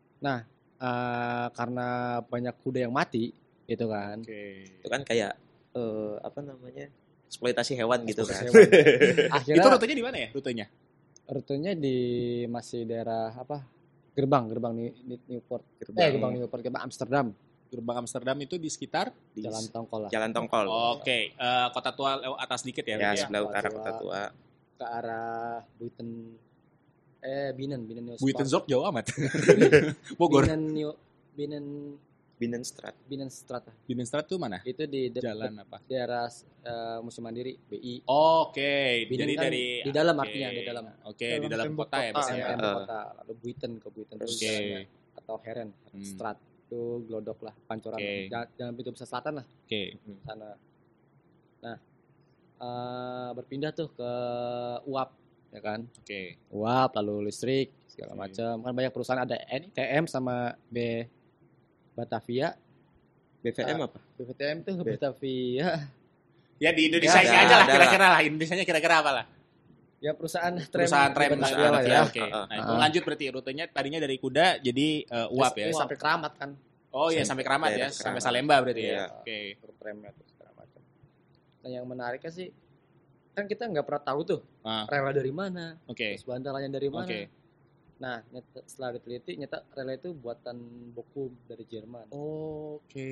Speaker 1: Eh, karena banyak kuda yang mati gitu kan.
Speaker 4: Oke.
Speaker 3: Itu kan kayak eh, apa namanya? Eksploitasi hewan gitu kan.
Speaker 1: Hewan.
Speaker 4: Itu
Speaker 1: Akhirnya
Speaker 4: rutenya di mana ya? Rutenya?
Speaker 1: rutenya di masih daerah apa? Gerbang, gerbang New- New- Newport.
Speaker 3: Gerbang.
Speaker 1: Eh, gerbang Newport, gerbang Amsterdam,
Speaker 4: Gerbang Amsterdam itu di sekitar
Speaker 3: Di
Speaker 1: Jalan Tongkol lah.
Speaker 3: Jalan Tongkol.
Speaker 4: Oke, eh, Kota Tua lewat atas dikit ya.
Speaker 3: Ya,
Speaker 4: berarti ya?
Speaker 3: sebelah utara
Speaker 1: Kota
Speaker 3: Kota Tua.
Speaker 1: Ke arah Buiten eh Binnen, Binnen New
Speaker 4: Buitenzorg jauh amat. Bogor.
Speaker 1: Binnen New Binnen
Speaker 3: Binnenstraat.
Speaker 1: Binnenstraat.
Speaker 4: Binnenstraat tuh mana?
Speaker 1: Itu di de-
Speaker 4: Jalan apa?
Speaker 1: daerah eh, Museum Mandiri B I.
Speaker 4: Oke,
Speaker 1: Binnen
Speaker 4: jadi
Speaker 1: kan
Speaker 4: dari
Speaker 1: di dalam
Speaker 4: oke.
Speaker 1: artinya, di dalam.
Speaker 4: Oke, di
Speaker 6: Dalam
Speaker 4: dalam
Speaker 6: tembok
Speaker 4: kota ya
Speaker 6: kota,
Speaker 4: biasanya.
Speaker 1: Yang
Speaker 3: ya.
Speaker 1: tembok
Speaker 3: Eh.
Speaker 1: kota, lalu Buiten ke Buiten terus
Speaker 4: Oke.
Speaker 1: jalannya. Atau Heren,
Speaker 4: Hmm.
Speaker 1: Strat itu Glodok lah, pancoran
Speaker 4: Oke.
Speaker 1: ja- jalan pintu besar selatan lah
Speaker 4: Oke.
Speaker 1: sana. Nah, eh, berpindah tuh ke U A P ya kan,
Speaker 4: Oke.
Speaker 1: U A P lalu listrik segala
Speaker 4: Oke.
Speaker 1: macam kan banyak perusahaan ada N T M sama B Batavia.
Speaker 3: B V M apa?
Speaker 1: B V T M tuh
Speaker 3: B-
Speaker 1: Batavia
Speaker 4: Ya di Indonesia
Speaker 1: Ya,
Speaker 4: ini
Speaker 3: ada,
Speaker 4: aja lah
Speaker 3: ada
Speaker 4: kira-kira lah. Indonesianya kira-kira apa lah?
Speaker 1: ya perusahaan tram
Speaker 4: Perusahaan
Speaker 1: di
Speaker 4: tram
Speaker 1: Batavia
Speaker 4: perusahaan
Speaker 1: lah
Speaker 4: ya.
Speaker 1: ya.
Speaker 4: Oke.
Speaker 3: Ah,
Speaker 4: Nah, itu
Speaker 1: ah.
Speaker 4: lanjut berarti rutenya tadinya dari kuda jadi eh, U A P ya.
Speaker 1: Terus sampai Keramat kan
Speaker 4: Oh iya
Speaker 3: Sampai
Speaker 4: sampai Keramat ya,
Speaker 3: daerah
Speaker 4: sampai
Speaker 3: Keramat.
Speaker 4: Salemba berarti ya.
Speaker 3: Iya.
Speaker 4: Oke.
Speaker 1: per tramnya tuh segala macam. Nah yang menariknya sih kan kita nggak pernah tahu tuh
Speaker 4: Ah,
Speaker 1: rela dari mana,
Speaker 4: Oke.
Speaker 1: terus bantalanya dari mana.
Speaker 4: Oke.
Speaker 1: Nah, nyata, setelah diteliti, nyata rela itu buatan Bochum dari Jerman.
Speaker 4: Oke.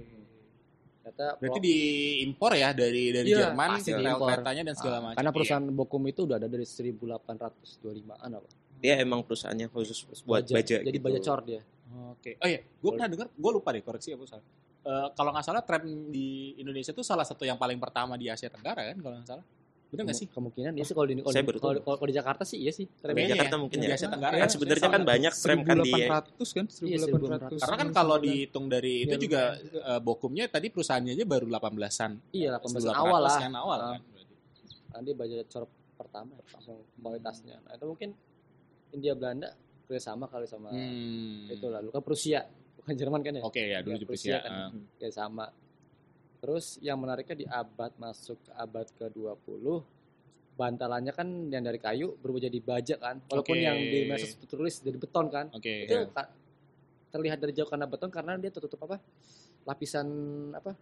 Speaker 1: Nyata
Speaker 4: Berarti
Speaker 1: pro-
Speaker 4: diimpor ya dari dari
Speaker 1: Iya,
Speaker 4: Jerman
Speaker 1: pasti
Speaker 4: rel
Speaker 1: diimpor.
Speaker 4: keretanya dan segala
Speaker 1: Ah,
Speaker 4: macam.
Speaker 1: karena
Speaker 4: Iya.
Speaker 1: perusahaan Bochum itu udah ada dari seribu delapan ratus dua puluh limaan apa.
Speaker 3: Dia emang perusahaannya khusus buat baja.
Speaker 1: Jadi
Speaker 3: gitu.
Speaker 1: baja cor dia.
Speaker 4: Oke. Oh iya, gue pernah dengar, gue lupa deh koreksi ya Bu salah. Eh, kalau nggak salah tram di Indonesia itu salah satu yang paling pertama di Asia Tenggara kan kalau nggak salah. Benar nggak sih?
Speaker 1: Kemungkinan iya sih kalau di kalau,
Speaker 3: Saya
Speaker 1: di-
Speaker 3: baru
Speaker 1: kalau,
Speaker 3: tahu.
Speaker 1: kalau- kalau di Jakarta sih iya sih. Tram
Speaker 3: Di
Speaker 4: Kayaknya
Speaker 3: Jakarta
Speaker 4: ya,
Speaker 3: mungkin
Speaker 4: di
Speaker 3: ya.
Speaker 4: Asia Tenggara.
Speaker 3: Kan sebenarnya kan banyak tram kan di
Speaker 6: seribu delapan ratus kan
Speaker 1: Iya,
Speaker 6: seribu delapan ratus.
Speaker 4: Karena kan kalau dihitung dari itu
Speaker 1: Iya,
Speaker 4: juga
Speaker 6: lumayan
Speaker 4: eh, Bochumnya tadi perusahaannya aja baru delapan belasan.
Speaker 1: Iya, delapan belas
Speaker 4: seribu delapan ratus
Speaker 1: awal lah.
Speaker 4: kan awal
Speaker 1: Ah.
Speaker 4: kan. berarti.
Speaker 1: Nah, dia baja cor pertama ya, langsung kualitasnya. Nah, itu mungkin India Belanda kerjasama kali sama
Speaker 4: Hmm.
Speaker 1: itu lalu kan Prusia bukan Jerman kan ya.
Speaker 4: Oke ya, dulu
Speaker 1: Ya,
Speaker 4: di
Speaker 1: Prusia
Speaker 4: Prusia.
Speaker 1: kan.
Speaker 4: Ah.
Speaker 1: Kerjasama. Terus yang menariknya di abad masuk ke abad ke dua puluh bantalannya kan yang dari kayu berubah jadi baja kan. Walaupun
Speaker 4: Oke.
Speaker 1: yang di medsos tertulis dari beton kan.
Speaker 4: Oke.
Speaker 1: Itu
Speaker 4: ya.
Speaker 1: ka- terlihat dari jauh karena beton karena dia tertutup apa? Lapisan apa?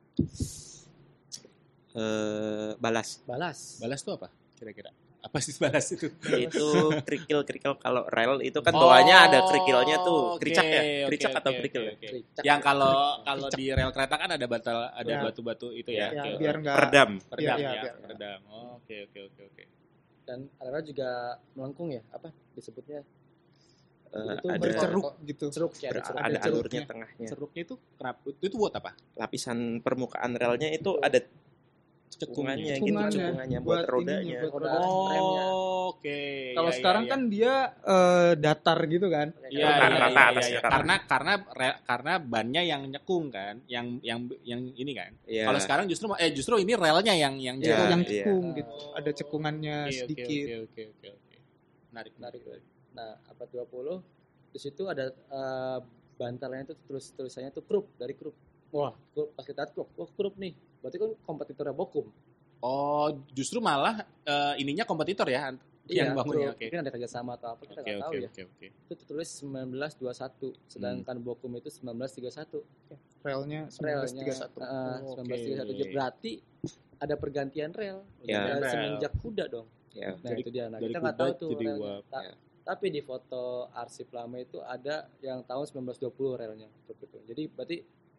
Speaker 3: Eh, balas.
Speaker 1: Balas.
Speaker 4: Balas tuh apa? Kira-kira? Apa sih balas itu?
Speaker 3: Itu kerikil-kerikil kalau rel itu kan
Speaker 4: Oh,
Speaker 3: bawahnya ada kerikilnya tuh.
Speaker 4: oke,
Speaker 3: Kericak ya?
Speaker 4: oke,
Speaker 3: Kericak
Speaker 4: oke,
Speaker 3: atau
Speaker 4: oke,
Speaker 3: kerikil?
Speaker 4: oke.
Speaker 1: Kericak.
Speaker 4: Yang kalau kalau di rel kereta kan ada batal ada
Speaker 6: Ya.
Speaker 4: batu-batu itu ya.
Speaker 6: Ya,
Speaker 4: Oke.
Speaker 6: biar nggak
Speaker 3: Peredam.
Speaker 4: Peredam
Speaker 6: Iya, iya,
Speaker 4: ya,
Speaker 6: biar-
Speaker 4: peredam. Oh, Oke, oke, oke, oke.
Speaker 1: Dan rel juga melengkung ya, apa disebutnya?
Speaker 3: Eh,
Speaker 1: Itu
Speaker 3: ada
Speaker 6: berceruk gitu.
Speaker 1: Ceruk ya,
Speaker 3: ber-
Speaker 1: ada ceruk.
Speaker 3: ada
Speaker 6: ceruknya.
Speaker 3: alurnya tengahnya.
Speaker 4: Ceruknya itu kenapa? Itu buat apa?
Speaker 3: Lapisan permukaan relnya itu ada cekungannya gitu,
Speaker 6: Cekungannya.
Speaker 3: cekungannya
Speaker 6: Buat
Speaker 3: buat rodanya.
Speaker 6: ininya, buat
Speaker 1: Roda
Speaker 6: roda.
Speaker 1: remnya.
Speaker 4: Oh, oke.
Speaker 6: Kalau
Speaker 4: Ya, ya,
Speaker 6: sekarang
Speaker 4: ya.
Speaker 6: kan dia eh, datar gitu kan.
Speaker 4: Iya,
Speaker 3: Rata-
Speaker 4: iya,
Speaker 3: rata
Speaker 4: iya,
Speaker 3: atas
Speaker 4: iya.
Speaker 3: ya, rata.
Speaker 4: Karena karena re- karena bannya yang nyekung kan, yang yang yang ini kan.
Speaker 3: Iya.
Speaker 4: Kalau sekarang justru eh justru ini relnya yang yang
Speaker 3: Iya,
Speaker 6: Itu yang
Speaker 3: iya.
Speaker 6: cekung gitu. Ada cekungannya
Speaker 4: Oke, oke,
Speaker 6: sedikit.
Speaker 4: Oke, oke, oke, oke. Menarik,
Speaker 1: Menarik. Nah, abad dua puluh di situ ada eh, bantalnya itu terus tulisannya itu Krupp dari Krupp. Wah, Krupp, pas kita lihat Krupp, wah Krupp nih. Berarti kan kompetitornya Bochum.
Speaker 4: Oh, justru malah eh, ininya kompetitor ya yang bangunnya.
Speaker 1: Krupp.
Speaker 4: Oke.
Speaker 1: Mungkin ada kerjasama atau apa kita
Speaker 4: Oke,
Speaker 1: nggak
Speaker 4: oke,
Speaker 1: tahu ya.
Speaker 4: oke, oke.
Speaker 1: Itu tertulis seribu sembilan ratus dua puluh satu, sedangkan Bochum itu seribu sembilan ratus tiga puluh satu.
Speaker 6: Relnya seribu sembilan ratus tiga puluh satu.
Speaker 1: Eh,
Speaker 4: Oh,
Speaker 1: seribu sembilan ratus tiga puluh satu.
Speaker 4: oke.
Speaker 1: Berarti ada pergantian rel.
Speaker 3: Ya.
Speaker 1: Dari
Speaker 4: Rel.
Speaker 1: semenjak kuda dong.
Speaker 3: Ya.
Speaker 1: Nah,
Speaker 4: Dari-
Speaker 1: itu dia. Nah,
Speaker 4: dari
Speaker 1: kita nggak
Speaker 4: kuda
Speaker 1: tahu tuh
Speaker 4: jadi
Speaker 1: relnya.
Speaker 4: uap.
Speaker 1: Ta-
Speaker 3: Ya.
Speaker 1: Tapi di foto arsip lama itu ada yang tahun seribu sembilan ratus dua puluh relnya. Krupp itu. Jadi berarti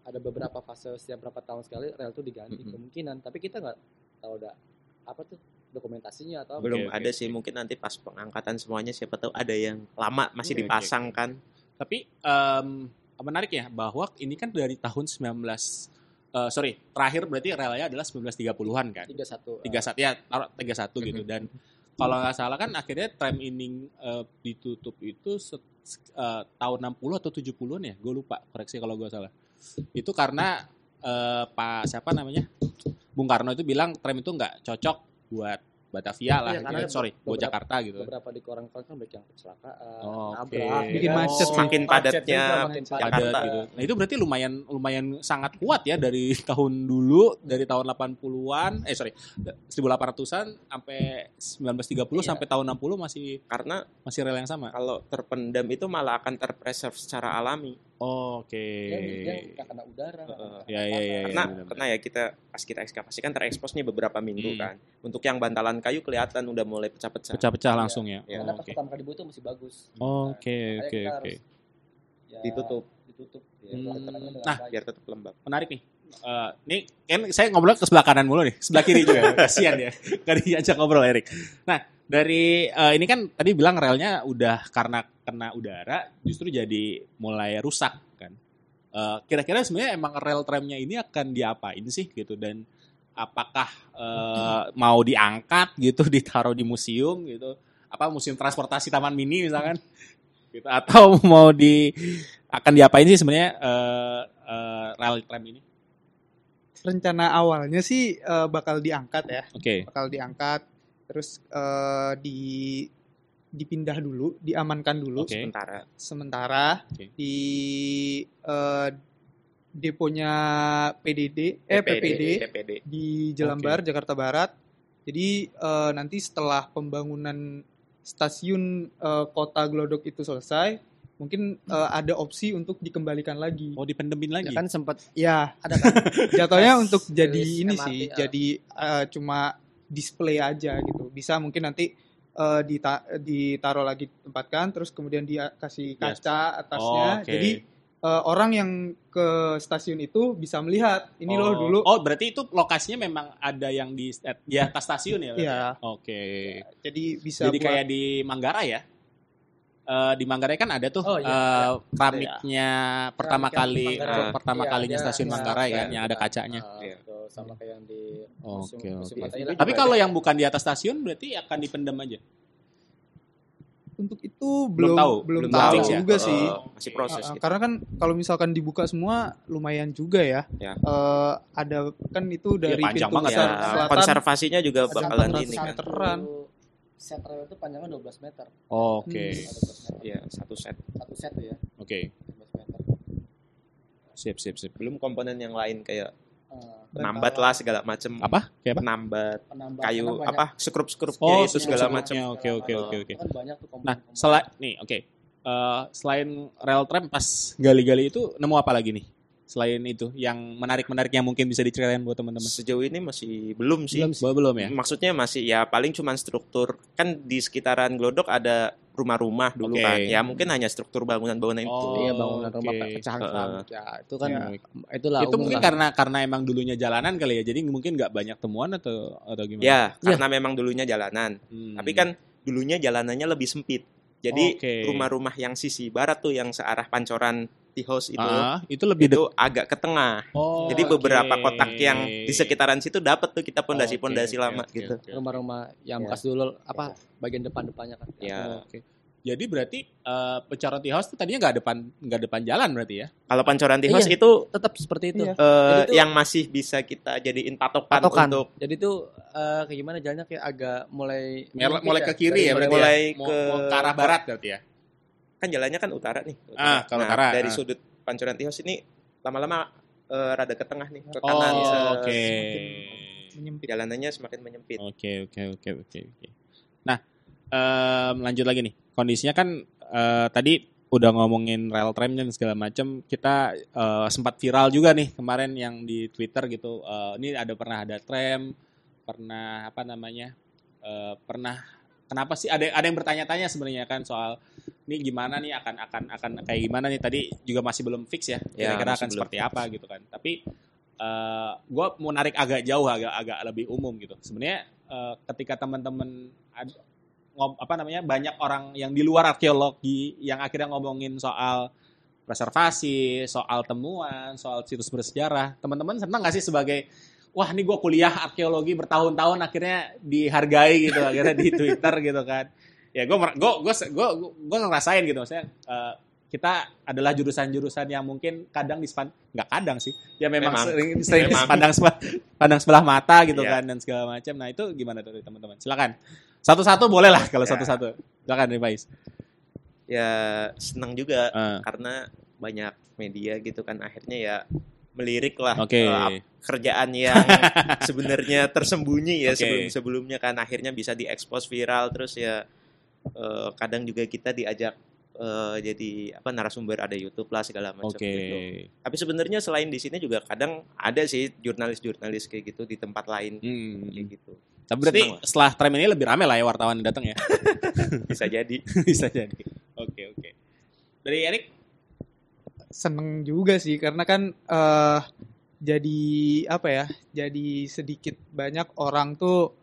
Speaker 1: ada beberapa fase setiap berapa tahun sekali rel itu diganti
Speaker 3: Mm-mm.
Speaker 1: kemungkinan, tapi kita nggak tahu ada apa tuh dokumentasinya atau apa.
Speaker 3: Belum
Speaker 4: oke,
Speaker 3: ada
Speaker 4: oke.
Speaker 3: sih, mungkin nanti pas pengangkatan semuanya siapa tahu ada yang lama masih
Speaker 4: Oke,
Speaker 3: dipasang
Speaker 4: oke.
Speaker 3: kan.
Speaker 4: Tapi em, menarik ya bahwa ini kan dari tahun sembilan belas eh, sorry, terakhir berarti relnya adalah sembilan belas tiga puluhan kan.
Speaker 1: tiga satu
Speaker 4: tiga satu ya, taruh tiga satu gitu dan kalau nggak salah kan akhirnya tram ini eh, ditutup itu set- eh, tahun enam puluh atau tujuh puluhan ya, gue lupa, koreksi kalau gue salah. Itu karena eh, Pak siapa namanya, Bung Karno itu bilang tram itu nggak cocok buat Batavia lah,
Speaker 1: Iya, karena
Speaker 4: gitu. sorry, buat
Speaker 1: beberapa-
Speaker 4: Jakarta gitu.
Speaker 1: beberapa di koran-koran kan banyak yang kecelakaan,
Speaker 4: Oh, oke.
Speaker 1: nabrak,
Speaker 6: Bikin
Speaker 1: ya kan?
Speaker 6: macet.
Speaker 3: Semakin
Speaker 1: Macet
Speaker 3: padatnya
Speaker 1: juga, makin padat.
Speaker 4: Padat
Speaker 3: Jakarta.
Speaker 4: gitu. Nah itu berarti lumayan lumayan sangat kuat ya dari tahun dulu, dari tahun delapan puluhan, eh sorry, seribu delapan ratusan sampai sembilan belas tiga puluh
Speaker 1: Iya.
Speaker 4: sampai tahun enam puluh masih
Speaker 3: Karena
Speaker 4: masih rel yang sama.
Speaker 3: kalau terpendam itu malah akan terpreserve secara alami.
Speaker 4: Oh, Oke.
Speaker 1: Dia dia nggak kena udara, nggak
Speaker 3: Heeh.
Speaker 1: kena
Speaker 4: Ya, ya,
Speaker 1: panas.
Speaker 4: ya,
Speaker 3: Karena
Speaker 4: benar-benar.
Speaker 3: karena ya kita pas kita ekskavasi kan terekspos nih beberapa minggu
Speaker 4: Hmm.
Speaker 3: kan. Untuk yang bantalan kayu kelihatan udah mulai pecah-pecah.
Speaker 4: Pecah-pecah langsung ya.
Speaker 3: Iya.
Speaker 1: Karena
Speaker 4: Oh,
Speaker 1: pas
Speaker 4: Oke.
Speaker 1: pertama kali dibuat itu masih bagus.
Speaker 4: Oke,
Speaker 1: Makanya
Speaker 4: oke,
Speaker 1: kita
Speaker 4: oke.
Speaker 1: harus, ya,
Speaker 3: Ditutup.
Speaker 1: ditutup ya,
Speaker 4: Hmm.
Speaker 1: keterangan dengan
Speaker 4: Nah,
Speaker 1: baik.
Speaker 3: Biar tetap lembab.
Speaker 4: Menarik nih. Eh, nih kan saya ngobrol ke sebelah kanan mulu nih, sebelah kiri juga. Kasihan ya. Gak diajak ngobrol Erik. Nah, dari eh, ini kan tadi bilang relnya udah karena kena udara justru jadi mulai rusak kan. Eh, kira-kira sebenarnya emang rel tramnya ini akan diapain sih gitu, dan apakah eh, mau diangkat gitu, ditaruh di museum gitu, apa museum transportasi Taman Mini misalkan gitu, atau mau di akan diapain sih sebenarnya eh, eh, rel tram ini?
Speaker 6: Rencana awalnya sih eh, bakal diangkat ya,
Speaker 4: Oke.
Speaker 6: bakal diangkat, terus eh, di dipindah dulu, diamankan dulu
Speaker 4: Oke.
Speaker 3: Sementara.
Speaker 6: sementara
Speaker 4: Oke.
Speaker 6: di eh, deponya P D D eh P P D
Speaker 3: P P D.
Speaker 6: di Jelambar, Jakarta Barat. Jadi eh, nanti setelah pembangunan stasiun eh, Kota Glodok itu selesai, mungkin eh, ada opsi untuk dikembalikan lagi.
Speaker 4: Mau dipendemin lagi?
Speaker 1: Ya kan sempat
Speaker 6: Ya,
Speaker 1: ada kan
Speaker 6: jatuhnya
Speaker 1: Pas
Speaker 6: untuk jadi
Speaker 1: rilis
Speaker 6: ini
Speaker 1: M R T,
Speaker 6: sih,
Speaker 1: ah.
Speaker 6: jadi eh, cuma display aja gitu. Bisa mungkin nanti eh, dita- ditaruh lagi tempatkan, terus kemudian dikasih kaca atasnya.
Speaker 4: Oke.
Speaker 6: Jadi eh, orang yang ke stasiun itu bisa melihat ini loh
Speaker 4: Oh.
Speaker 6: dulu.
Speaker 4: Oh, berarti itu lokasinya memang ada yang di di atas stasiun ya? berarti?
Speaker 6: Iya.
Speaker 4: Oke.
Speaker 6: Jadi bisa
Speaker 4: Jadi
Speaker 6: buat-
Speaker 4: kayak di Manggarai ya? Eh, di Manggarai kan ada tuh
Speaker 1: Oh, iya,
Speaker 4: eh, keramiknya pertama
Speaker 1: Keramik yang
Speaker 4: kali
Speaker 1: Manggarai.
Speaker 4: per- pertama
Speaker 1: Iya,
Speaker 4: kalinya
Speaker 1: dia
Speaker 4: stasiun
Speaker 1: bisa
Speaker 4: Manggarai kan
Speaker 1: kayak
Speaker 4: yang ada
Speaker 1: kita,
Speaker 4: kacanya.
Speaker 1: ah,
Speaker 3: Iya.
Speaker 1: betul. Sama kayak yang di
Speaker 4: Oke,
Speaker 1: museum- museum
Speaker 4: oke.
Speaker 1: Fathahillah.
Speaker 4: Tapi kalau yang bukan di atas stasiun berarti akan dipendam aja.
Speaker 6: untuk itu belum
Speaker 4: tahu,
Speaker 6: belum
Speaker 4: belum
Speaker 6: tahu
Speaker 4: tahu ya.
Speaker 6: juga
Speaker 3: Eh,
Speaker 6: sih.
Speaker 3: masih proses
Speaker 6: Uh, uh,
Speaker 3: gitu.
Speaker 6: Karena kan kalau misalkan dibuka semua lumayan juga ya.
Speaker 3: Ya.
Speaker 6: Uh, ada kan itu dari
Speaker 4: panjang
Speaker 6: pintu
Speaker 4: banget
Speaker 6: besar
Speaker 3: Ya,
Speaker 6: selatan.
Speaker 3: konservasinya juga
Speaker 1: Ada
Speaker 3: bakalan
Speaker 6: empat ratus
Speaker 3: ini kan.
Speaker 6: meteran.
Speaker 1: Set rel itu panjangnya dua belas meter.
Speaker 4: Oke.
Speaker 6: Hmm.
Speaker 1: Ada dua belas meter.
Speaker 3: Iya, satu set.
Speaker 1: Satu set tuh ya,
Speaker 4: Oke.
Speaker 1: dua belas meter.
Speaker 4: Sip, sip, sip.
Speaker 3: Belum komponen yang lain kayak
Speaker 1: Ah,
Speaker 3: penambat lah segala macem.
Speaker 4: Apa? Kayak apa?
Speaker 3: Penambat,
Speaker 1: penambah
Speaker 3: kayu
Speaker 1: karena banyak-
Speaker 3: apa, skrup-skrupnya
Speaker 4: Oh,
Speaker 3: itu segala
Speaker 4: skrup-skrupnya.
Speaker 3: macam.
Speaker 4: Oke, oke, oke, oke.
Speaker 1: Kan banyak tuh komponen.
Speaker 4: Nah, selain nih, oke. Eh, selain rel tram pas gali-gali itu nemu apa lagi nih? Selain itu yang menarik-menarik yang mungkin bisa diceritain buat teman-teman.
Speaker 3: Sejauh ini masih belum sih.
Speaker 4: Belum, belum ya?
Speaker 3: Maksudnya masih ya paling cuman struktur. Kan di sekitaran Glodok ada rumah-rumah dulu
Speaker 4: Oke.
Speaker 3: kan. Ya mungkin hanya struktur bangunan-bangunan itu.
Speaker 4: Oh,
Speaker 1: Iya, bangunan rumah
Speaker 4: oke.
Speaker 1: pecahan
Speaker 3: Heeh.
Speaker 1: keramik ya. Itu kan
Speaker 4: Ya.
Speaker 1: itulah
Speaker 4: Itu
Speaker 1: umum
Speaker 4: mungkin
Speaker 1: lah.
Speaker 4: karena karena emang dulunya jalanan kali ya. Jadi mungkin nggak banyak temuan atau atau gimana?
Speaker 3: Ya, karena memang dulunya jalanan.
Speaker 4: Hmm.
Speaker 3: Tapi kan dulunya jalanannya lebih sempit. Jadi
Speaker 4: Oke.
Speaker 3: rumah-rumah yang sisi barat tuh yang searah Pancoran Tihos itu
Speaker 4: Ah, itu lebih
Speaker 3: itu
Speaker 4: dek-
Speaker 3: agak ke tengah.
Speaker 4: Oh,
Speaker 3: Jadi
Speaker 4: oke.
Speaker 3: beberapa kotak yang di sekitaran situ dapat tuh kita
Speaker 4: Oke,
Speaker 3: pondasi-pondasi
Speaker 4: oke,
Speaker 3: lama
Speaker 4: oke,
Speaker 3: gitu.
Speaker 4: oke, oke.
Speaker 1: rumah-rumah yang
Speaker 3: Ya.
Speaker 1: bekas dulu apa bagian depan-depannya kan.
Speaker 3: Ya.
Speaker 4: Oke. Jadi berarti eh Pancoran Tea House itu tadinya nggak depan nggak depan jalan berarti ya?
Speaker 3: Kalau Pancoran Tihos
Speaker 1: Iya.
Speaker 3: itu
Speaker 1: Tetap seperti itu.
Speaker 6: Iya.
Speaker 3: eh,
Speaker 1: Jadi tuh-
Speaker 3: yang masih bisa kita jadiin patokan,
Speaker 1: Patokan.
Speaker 3: untuk
Speaker 1: Jadi tuh eh, kayak gimana jalannya kayak agak mulai
Speaker 4: Mulai,
Speaker 1: menyempit
Speaker 4: mulai
Speaker 1: ya.
Speaker 4: ke kiri
Speaker 1: Dari
Speaker 4: ya berarti
Speaker 3: mulai
Speaker 4: ya? Mau,
Speaker 3: ke-
Speaker 4: mau ke arah barat berarti ya?
Speaker 3: kan jalannya kan utara nih.
Speaker 4: Ah, kalau
Speaker 3: Nah,
Speaker 4: utara,
Speaker 3: dari
Speaker 4: ah.
Speaker 3: sudut Pancoran Tihos ini lama-lama eh, rada ke tengah nih, ke
Speaker 4: Oh,
Speaker 3: kanan. se-
Speaker 4: oke.
Speaker 6: Menyempit.
Speaker 3: Jalanannya semakin menyempit.
Speaker 4: Oke, oke, oke, oke, oke. Nah, em, lanjut lagi nih. Kondisinya kan eh, tadi udah ngomongin rel tram dan segala macam. Kita eh, sempat viral juga nih kemarin yang di Twitter gitu. Eh, ini ada pernah ada tram, pernah apa namanya? eh, pernah kenapa sih ada ada yang bertanya-tanya sebenarnya kan soal ini gimana nih akan akan akan kayak gimana nih, tadi juga masih belum fix ya kira-kira
Speaker 3: Ya,
Speaker 4: akan
Speaker 3: masih
Speaker 4: seperti apa gitu kan. Tapi uh, gue mau narik agak jauh, agak agak lebih umum gitu. Sebenarnya uh, ketika teman-teman ad, ngob, apa namanya banyak orang yang di luar arkeologi yang akhirnya ngomongin soal preservasi, soal temuan, soal situs bersejarah, teman-teman senang nggak sih sebagai wah ini gue kuliah arkeologi bertahun-tahun akhirnya dihargai gitu, akhirnya di Twitter gitu kan. Ya gue gue gue gue gue ngerasain gitu, maksudnya uh, kita adalah jurusan-jurusan yang mungkin kadang dispan nggak kadang sih, ya memang, memang. sering sering memang. pandang sebelah pandang sebelah mata gitu yeah. kan dan segala macam. Nah itu gimana tuh teman-teman? Silakan satu-satu boleh lah kalau yeah. satu-satu. Silakan nih Faiz.
Speaker 3: Ya senang juga
Speaker 4: uh.
Speaker 3: karena banyak media gitu kan akhirnya ya melirik lah
Speaker 4: okay.
Speaker 3: uh, kerjaan yang sebenarnya tersembunyi ya
Speaker 4: okay.
Speaker 3: sebelum-sebelumnya kan akhirnya bisa diekspos viral, terus ya uh, kadang juga kita diajak uh, jadi apa narasumber, ada YouTube lah segala macam
Speaker 4: okay.
Speaker 3: gitu. Tapi sebenarnya selain di sini juga kadang ada sih jurnalis-jurnalis kayak gitu di tempat lain
Speaker 4: hmm.
Speaker 3: kayak gitu.
Speaker 4: Tapi berarti setelah tren ini lebih rame lah ya wartawan yang datang ya.
Speaker 3: Bisa jadi.
Speaker 4: Bisa jadi. Oke oke. Dari Erik?
Speaker 6: Seneng juga sih karena kan uh, jadi apa ya, jadi sedikit banyak orang tuh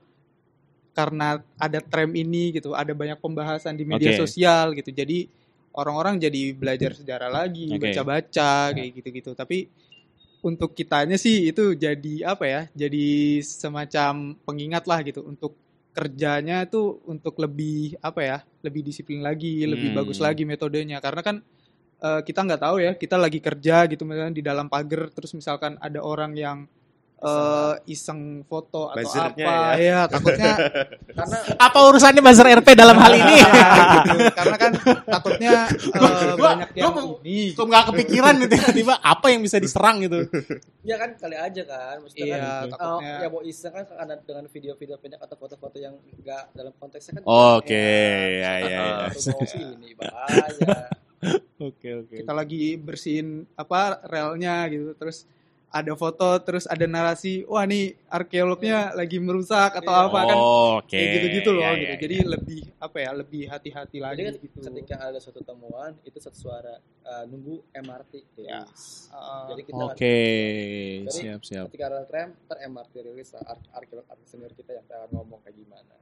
Speaker 6: karena ada tren ini gitu, ada banyak pembahasan di media
Speaker 4: okay.
Speaker 6: sosial gitu, jadi orang-orang jadi belajar sejarah lagi,
Speaker 4: okay.
Speaker 6: baca-baca kayak gitu-gitu. Tapi untuk kitanya sih itu jadi apa ya, jadi semacam pengingat lah gitu untuk kerjanya tuh untuk lebih apa ya, lebih disiplin lagi, hmm. lebih bagus lagi metodenya, karena kan Uh, kita nggak tahu ya, kita lagi kerja gitu misalnya di dalam pagar, terus misalkan ada orang yang uh, iseng foto atau
Speaker 3: buzzernya
Speaker 6: apa ya, ya takutnya
Speaker 4: karena apa urusannya buzzer R P dalam hal ini
Speaker 6: ya, gitu. Karena kan takutnya uh,
Speaker 4: gua,
Speaker 6: banyak yang
Speaker 4: gua,
Speaker 6: ini
Speaker 4: kok nggak kepikiran gitu tiba-tiba apa yang bisa diserang gitu.
Speaker 1: Ya kan kali aja kan, maksudnya
Speaker 6: iya,
Speaker 1: kan
Speaker 6: takutnya.
Speaker 1: uh, ya mau iseng kan ada dengan video-video pendek atau foto-foto yang enggak dalam konteksnya kan.
Speaker 4: Oke, ya ya ya.
Speaker 1: Ini bahaya.
Speaker 4: Oke oke.
Speaker 6: Kita lagi bersihin apa relnya gitu, terus ada foto, terus ada narasi, wah nih arkeolognya lagi merusak atau
Speaker 1: yeah.
Speaker 6: apa kan,
Speaker 4: oh, okay.
Speaker 6: kayak gitu-gitu loh,
Speaker 4: yeah,
Speaker 6: gitu.
Speaker 4: yeah,
Speaker 6: Jadi
Speaker 4: yeah.
Speaker 6: lebih apa ya, lebih hati-hati lagi
Speaker 1: Jadi
Speaker 6: gitu.
Speaker 1: ketika ada suatu temuan itu satu suara uh, nunggu M R T.
Speaker 6: Ya.
Speaker 1: Uh, Jadi kita
Speaker 4: Oke, okay.
Speaker 1: Jadi,
Speaker 4: siap siap.
Speaker 1: ketika ada tram, ter M R T rilis arkeolog senior kita yang akan ngomong kayak gimana.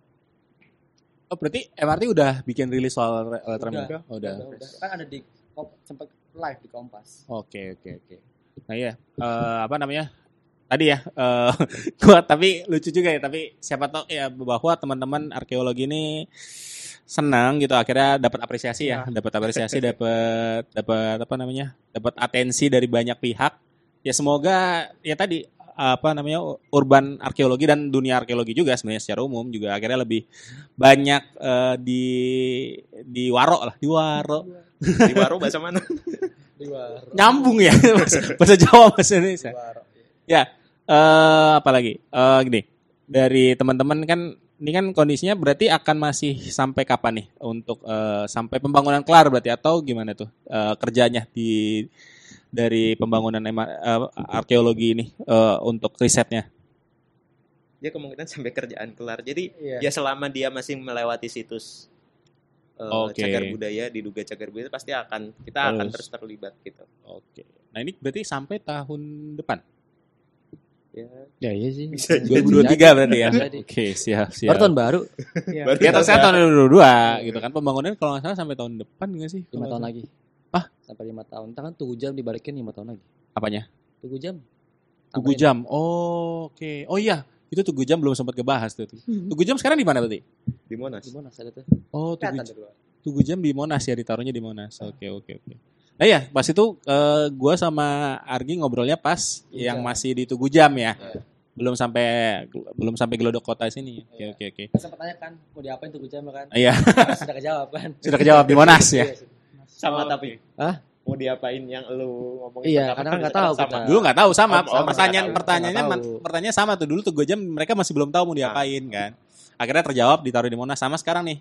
Speaker 4: Oh berarti M R T udah bikin rilis soal uh, tram?
Speaker 1: Udah,
Speaker 4: oh, udah.
Speaker 1: udah, udah. Kan ada di sempat live di Kompas.
Speaker 4: Oke oke oke. Nah iya, uh, apa namanya? Tadi ya, uh, gua tapi lucu juga ya. Tapi siapa tahu ya bahwa teman-teman arkeologi ini senang gitu, akhirnya dapat apresiasi ya, ya. dapat apresiasi, dapat dapat apa namanya? Dapat atensi dari banyak pihak. Ya semoga ya tadi apa namanya urban arkeologi dan dunia arkeologi juga sebenarnya secara umum juga akhirnya lebih banyak uh, di di waro lah, di waro.
Speaker 3: Di waro bahasa mana?
Speaker 1: Di waro.
Speaker 4: Nyambung ya bahasa, bahasa Jawa bahasa Indonesia.
Speaker 1: Waro,
Speaker 4: ya, uh, apalagi uh, gini dari teman-teman kan ini kan kondisinya berarti akan masih sampai kapan nih untuk uh, sampai pembangunan kelar berarti atau gimana tuh uh, kerjanya di dari pembangunan uh, arkeologi ini uh, untuk risetnya?
Speaker 3: Ya kemungkinan sampai kerjaan kelar. Jadi
Speaker 1: yeah.
Speaker 3: ya selama dia masih melewati situs Uh,
Speaker 4: okay.
Speaker 3: cagar budaya, diduga cagar budaya pasti akan kita terus. akan terus terlibat gitu.
Speaker 4: Oke. Okay. Nah ini berarti sampai tahun depan.
Speaker 3: Ya,
Speaker 1: ya iya sih.
Speaker 3: Bisa
Speaker 4: dua ribu dua puluh tiga berarti ya. Oke, okay, siap siap.
Speaker 1: Baru tahun baru.
Speaker 4: Ya, ya ternyata tahun dua ribu dua puluh dua gitu kan pembangunan kalau nggak salah sampai tahun depan nggak sih?
Speaker 1: lima tahun lagi.
Speaker 4: Ah,
Speaker 1: sampai lima tahun. Kita kan tujuh jam dibalikin lima tahun lagi.
Speaker 4: Apanya?
Speaker 1: tujuh jam.
Speaker 4: tujuh jam. Oh, oke. Okay. Oh iya. Itu Tugu Jam belum sempat ngebahas tuh.
Speaker 1: Hmm.
Speaker 4: Tugu Jam sekarang di mana berarti?
Speaker 3: Di Monas.
Speaker 1: Di Monas ada tuh.
Speaker 4: Oh, Tugu, Tugu Jam di Monas ya, ditaruhnya di Monas. Oke, oke, oke. Nah ya, pas itu uh, gue sama Argi ngobrolnya pas Tugu yang Jam. Masih di Tugu Jam ya. Yeah. Belum sampai belum sampai Gelodok Kota sini. Oke,
Speaker 1: yeah.
Speaker 4: oke, oke.
Speaker 1: Sempat tanya kan, mau diapain Tugu Jam kan?
Speaker 4: Iya.
Speaker 1: Sudah kejawab kan?
Speaker 4: Sudah kejawab di Monas ya.
Speaker 3: Sama
Speaker 4: oh,
Speaker 3: tapi.
Speaker 1: Hah?
Speaker 3: Mau diapain yang lu ngomongin?
Speaker 1: Iya, karena kan nggak tahu.
Speaker 4: Sama. Dulu nggak tahu sama.
Speaker 3: Oh, oh,
Speaker 4: pertanyaan
Speaker 3: tahu.
Speaker 4: pertanyaannya pertanyaan sama tuh dulu Tugu Jam mereka masih belum tahu mau diapain kan. Akhirnya terjawab ditaruh di Monas sama sekarang nih.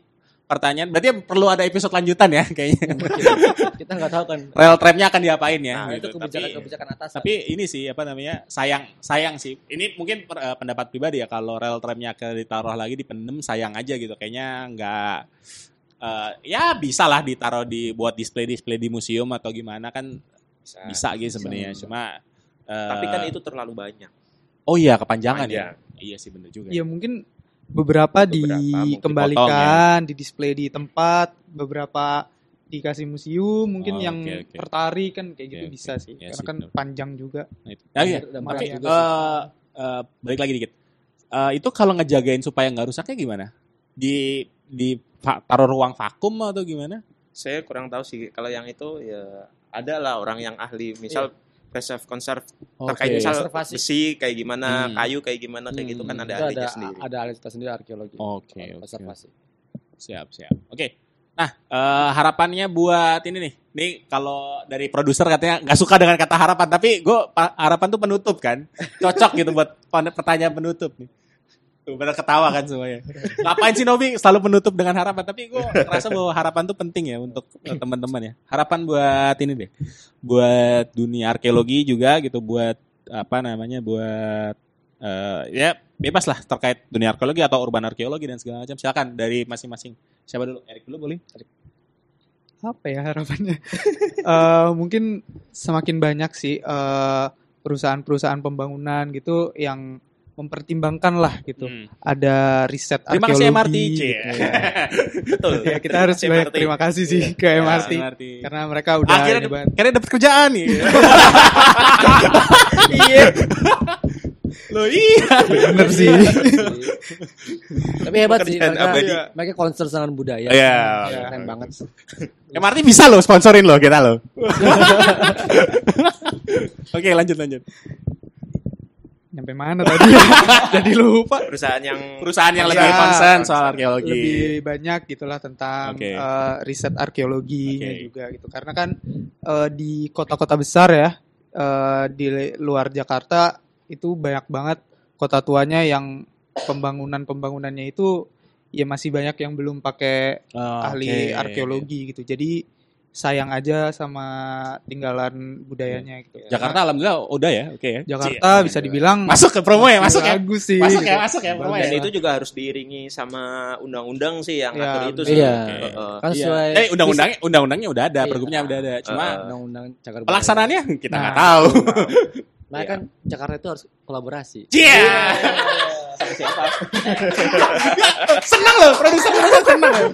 Speaker 4: pertanyaan. Berarti perlu ada episode lanjutan ya kayaknya.
Speaker 1: Kita nggak tahu kan.
Speaker 4: Rel tramnya akan diapain ya?
Speaker 1: Nah,
Speaker 4: gitu.
Speaker 1: itu kebijakan-kebijakan atas.
Speaker 4: Tapi ini sih apa namanya? Sayang, sayang sih. Ini mungkin per, uh, pendapat pribadi ya, kalau rel tramnya akan ditaruh lagi dipendem, sayang aja gitu. Kayaknya nggak uh, ya bisa lah ditaruh di buat display-display di museum atau gimana kan bisa, bisa gitu sebenarnya. Cuma uh,
Speaker 3: tapi kan itu terlalu banyak.
Speaker 4: Oh iya, kepanjangan
Speaker 3: Panjang.
Speaker 4: ya. Iya sih benar juga.
Speaker 6: Ya mungkin beberapa,
Speaker 3: Beberapa
Speaker 6: dikembalikan, di display di tempat, beberapa dikasih museum, mungkin
Speaker 4: Oh,
Speaker 6: yang
Speaker 4: oke, oke.
Speaker 6: tertarik kan kayak gitu
Speaker 4: Oke,
Speaker 6: bisa
Speaker 4: oke.
Speaker 6: sih.
Speaker 4: Ya
Speaker 6: Karena
Speaker 4: sih,
Speaker 6: kan
Speaker 4: benar.
Speaker 6: panjang juga.
Speaker 4: Nah, itu. Ah, iya.
Speaker 1: Dan
Speaker 4: Tapi
Speaker 1: berat juga sih.
Speaker 4: uh, uh, balik lagi dikit. Uh, itu kalau ngejagain supaya nggak rusaknya gimana? Di di fa- taruh ruang vakum atau gimana?
Speaker 3: Saya kurang tahu sih kalau yang itu ya ada lah orang yang ahli misal preserve conserve terkait
Speaker 4: Oke.
Speaker 3: misal
Speaker 1: Konservasi.
Speaker 3: besi kayak gimana,
Speaker 4: Hmm.
Speaker 3: kayu kayak gimana kayak gitu kan
Speaker 4: Hmm.
Speaker 3: ada
Speaker 1: Itu
Speaker 3: ahlinya
Speaker 1: ada
Speaker 3: sendiri.
Speaker 1: ada ahli kita sendiri arkeologi.
Speaker 4: Oke, oke.
Speaker 1: Konservasi.
Speaker 4: Siap, siap. Oke. Nah, eh, harapannya buat ini nih. Nih kalau dari produser katanya nggak suka dengan kata harapan, tapi gue harapan tuh penutup kan. Cocok gitu buat pen- pertanyaan penutup nih. Tuh pada ketawa kan semuanya. Ngapain sih Novi selalu penutup dengan harapan? Tapi gue rasa bahwa harapan tuh penting ya untuk eh, teman-teman ya. Harapan buat ini deh. Buat dunia arkeologi juga gitu, buat apa namanya? Buat eh, ya bebas lah terkait dunia arkeologi atau urban arkeologi dan segala macam. Silakan dari masing-masing. Siapa dulu? Erik dulu boleh?
Speaker 6: Apa ya harapannya? Eh, mungkin semakin banyak sih eh, perusahaan-perusahaan pembangunan gitu yang mempertimbangkan lah gitu.
Speaker 4: Hmm.
Speaker 6: Ada riset
Speaker 4: Terima
Speaker 6: arkeologi.
Speaker 4: kasih M R T.
Speaker 6: gitu.
Speaker 3: Betul.
Speaker 6: Ya, kita harus
Speaker 3: Terima kasih,
Speaker 6: banyak
Speaker 3: M R T.
Speaker 6: terima kasih sih ke M R T.
Speaker 4: M R T.
Speaker 6: Karena mereka udah
Speaker 4: Akhirnya,
Speaker 6: ini banget.
Speaker 4: akhirnya dapat kerjaan nih.
Speaker 6: Iya.
Speaker 4: Loh iya.
Speaker 6: Bener sih.
Speaker 1: Tapi hebat sih
Speaker 3: Pekerjaan
Speaker 1: mereka.
Speaker 3: abadi.
Speaker 1: Mereka concern dengan budaya.
Speaker 4: Iya.
Speaker 1: Ya, keren banget.
Speaker 4: M R T bisa loh sponsorin loh kita loh. Oke lanjut lanjut.
Speaker 6: Nyampe mana tadi? Jadi lupa.
Speaker 3: Perusahaan yang
Speaker 4: Perusahaan yang
Speaker 6: Iya.
Speaker 4: lebih concern soal arkeologi.
Speaker 6: Lebih banyak gitulah tentang
Speaker 4: Oke.
Speaker 6: eh, riset arkeologinya
Speaker 4: Oke.
Speaker 6: juga gitu. Karena kan eh, di kota-kota besar ya, eh, di luar Jakarta itu banyak banget kota tuanya yang pembangunan-pembangunannya itu ya masih banyak yang belum pakai
Speaker 4: Oh,
Speaker 6: ahli
Speaker 4: oke.
Speaker 6: arkeologi gitu. Jadi sayang aja sama tinggalan budayanya gitu.
Speaker 4: Jakarta alhamdulillah udah ya, oke ya.
Speaker 6: Jakarta bisa dibilang
Speaker 4: Masuk ke promo ya, masuk ya.
Speaker 6: bagus sih.
Speaker 4: Masuk
Speaker 6: gitu.
Speaker 4: ya, masuk ya promo
Speaker 3: dan
Speaker 4: ya.
Speaker 3: itu juga harus diiringi sama undang-undang sih yang
Speaker 6: Ya,
Speaker 3: atur itu sih.
Speaker 1: Iya.
Speaker 3: Heeh.
Speaker 1: Kan
Speaker 4: Iya.
Speaker 1: sesuai
Speaker 4: Eh undang-undangnya undang-undangnya udah ada,
Speaker 1: Iya.
Speaker 4: pergubnya udah ada. Cuma
Speaker 3: Heeh.
Speaker 1: undang-undang cagar budaya.
Speaker 4: pelaksanaannya kita nggak
Speaker 6: Nah.
Speaker 4: tahu.
Speaker 1: Nah kan Jakarta itu harus kolaborasi.
Speaker 4: Cia. Senang loh, produser-produser senang loh.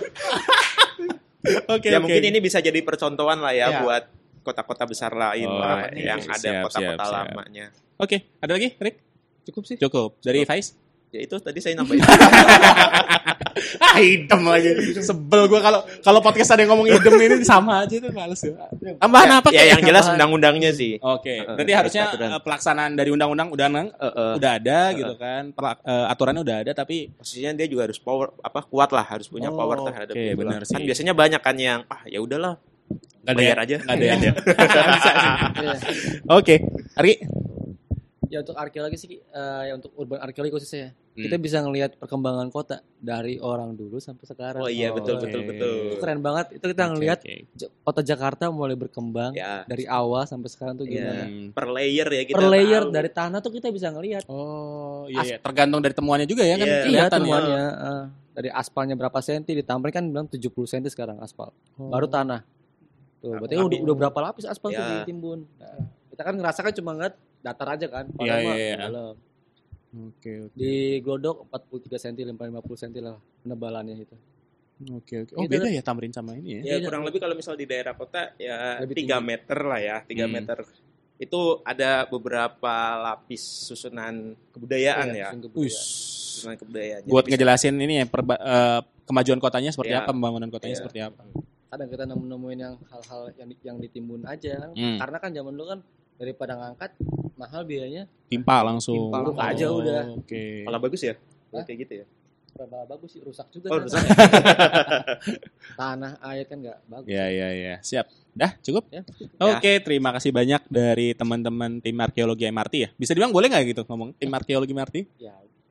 Speaker 4: Oke,
Speaker 3: Ya
Speaker 4: oke.
Speaker 3: mungkin ini bisa jadi percontohan lah ya
Speaker 6: Ya.
Speaker 3: buat kota-kota besar lain
Speaker 4: Oh,
Speaker 3: lah
Speaker 4: iya,
Speaker 3: yang
Speaker 4: siap,
Speaker 3: ada kota-kota
Speaker 4: siap, siap.
Speaker 3: lamanya.
Speaker 4: Oke, ada lagi, Rick?
Speaker 6: Cukup sih.
Speaker 4: Cukup. Dari Faiz?
Speaker 3: Ya itu tadi saya nambahin.
Speaker 4: Ah, idem lagi. Sebel gue kalau kalau podcast ada yang ngomong idem ini sama aja tuh males ya. Tambahan apa?
Speaker 3: ya
Speaker 4: kayak?
Speaker 3: yang jelas undang-undangnya sih.
Speaker 4: Oke,
Speaker 3: Heeh,
Speaker 4: berarti harusnya
Speaker 3: aturan.
Speaker 4: eh, pelaksanaan dari undang-undang udah nang-
Speaker 3: Heeh.
Speaker 4: udah ada gitu kan. Pelak- eh, aturannya udah ada tapi
Speaker 3: Posisinya dia juga harus power apa kuat lah, harus punya
Speaker 4: Oh,
Speaker 3: power terhadap
Speaker 4: oke,
Speaker 3: itu lah.
Speaker 4: benar
Speaker 3: Kan
Speaker 4: sih.
Speaker 3: biasanya banyak kan yang ah ya udahlah
Speaker 4: nggak ada
Speaker 3: bayar
Speaker 4: ya-
Speaker 3: aja.
Speaker 4: nggak ada ya.
Speaker 1: Iya.
Speaker 4: Oke, Ari.
Speaker 1: Ya untuk arkeologi sih, eh, ya untuk urban arkeologi khususnya,
Speaker 4: Hmm.
Speaker 1: kita bisa ngelihat perkembangan kota dari orang dulu sampai sekarang.
Speaker 3: Oh iya betul
Speaker 4: Oke.
Speaker 3: betul betul.
Speaker 1: Itu keren banget. Itu kita
Speaker 4: Oke,
Speaker 1: ngelihat
Speaker 4: oke.
Speaker 1: J- kota Jakarta mulai berkembang
Speaker 3: Ya.
Speaker 1: dari awal sampai sekarang tuh
Speaker 3: Iya.
Speaker 1: gimana.
Speaker 4: Hmm.
Speaker 3: Per layer ya kita
Speaker 1: Per layer
Speaker 3: tahu.
Speaker 1: dari tanah tuh kita bisa ngelihat.
Speaker 4: Oh, iya, iya. Tergantung dari temuannya juga ya kan.
Speaker 3: Iya.
Speaker 1: Iya
Speaker 4: kelihatan ya.
Speaker 1: temuannya. eh, dari aspalnya berapa senti ditambahin kan bilang tujuh puluh senti sekarang aspal.
Speaker 4: Oh.
Speaker 1: Baru tanah. Tuh, berarti
Speaker 3: Tapi-
Speaker 1: udah, udah berapa lapis aspal tuh
Speaker 3: Ya.
Speaker 1: ditimbun. Nah, kita kan ngerasa kan cuma ngeliat datar aja kan.
Speaker 4: Iya,
Speaker 1: Padahal mah
Speaker 4: iya, iya.
Speaker 1: dalam.
Speaker 4: Oke, oke.
Speaker 1: Di Glodok empat puluh tiga senti, lima puluh senti lah penebalannya itu.
Speaker 4: Oke, oke. Oh,
Speaker 1: Itu
Speaker 4: beda
Speaker 1: kan-
Speaker 4: ya Tamrin sama ini ya.
Speaker 3: Ya
Speaker 1: Iya,
Speaker 3: kurang
Speaker 1: iya.
Speaker 3: lebih kalau misal di daerah kota ya
Speaker 1: Lebih
Speaker 3: tiga
Speaker 1: tinggi.
Speaker 3: meter lah ya, tiga
Speaker 4: Hmm.
Speaker 3: meter. Itu ada beberapa lapis susunan kebudayaan
Speaker 1: Iya,
Speaker 3: ya.
Speaker 1: susun kebudayaan.
Speaker 4: Wih.
Speaker 3: Susunan kebudayaan. Jadi
Speaker 4: Buat
Speaker 3: bisa-
Speaker 4: ngejelasin ini ya perba- eh, kemajuan kotanya seperti
Speaker 3: Iya.
Speaker 4: apa, pembangunan kotanya
Speaker 3: Iya.
Speaker 4: seperti apa.
Speaker 1: Kadang kita nemu- nemuin yang hal-hal yang di- yang ditimbun aja kan.
Speaker 4: Hmm.
Speaker 1: Karena kan zaman dulu kan daripada ngangkat mahal biayanya.
Speaker 4: Timpa langsung.
Speaker 1: Timpa, uruk aja udah.
Speaker 4: Oke.
Speaker 3: Malah bagus ya.
Speaker 1: Hah?
Speaker 3: Kayak gitu ya.
Speaker 1: Berapa bagus sih, rusak juga.
Speaker 3: Oh,
Speaker 1: kan.
Speaker 3: rusak.
Speaker 1: Tanah air kan nggak bagus.
Speaker 4: Ya, ya, ya. Siap. Dah, cukup?
Speaker 1: Ya.
Speaker 4: Oke, terima kasih banyak dari teman-teman tim arkeologi M R T ya. Bisa dibilang boleh nggak gitu ngomong tim arkeologi M R T?
Speaker 1: Ya,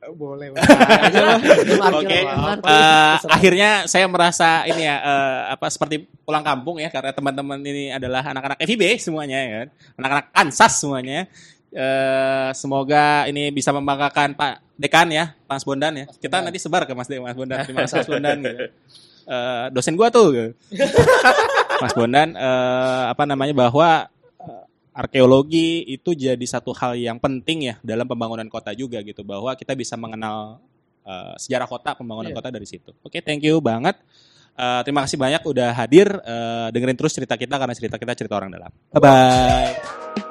Speaker 6: Boleh.
Speaker 1: aja lah.
Speaker 4: Oke, uh, akhirnya saya merasa ini ya uh, apa seperti pulang kampung ya karena teman-teman ini adalah anak-anak F I B semuanya ya kan, anak-anak Kansas semuanya. Uh, semoga ini bisa membanggakan Pak Dekan ya, Mas Bondan ya. Kita nanti sebar ke Mas Dekan, Mas Bondan, terima kasih Mas Bondan. Gitu. Uh, dosen gua tuh, gitu. Mas Bondan, uh, apa namanya bahwa arkeologi itu jadi satu hal yang penting ya dalam pembangunan kota juga gitu, bahwa kita bisa mengenal uh, sejarah kota, pembangunan yeah. kota dari situ. Oke, okay, thank you banget. Uh, terima kasih banyak udah hadir, uh, dengerin terus cerita kita karena cerita kita cerita orang dalam. Bye bye.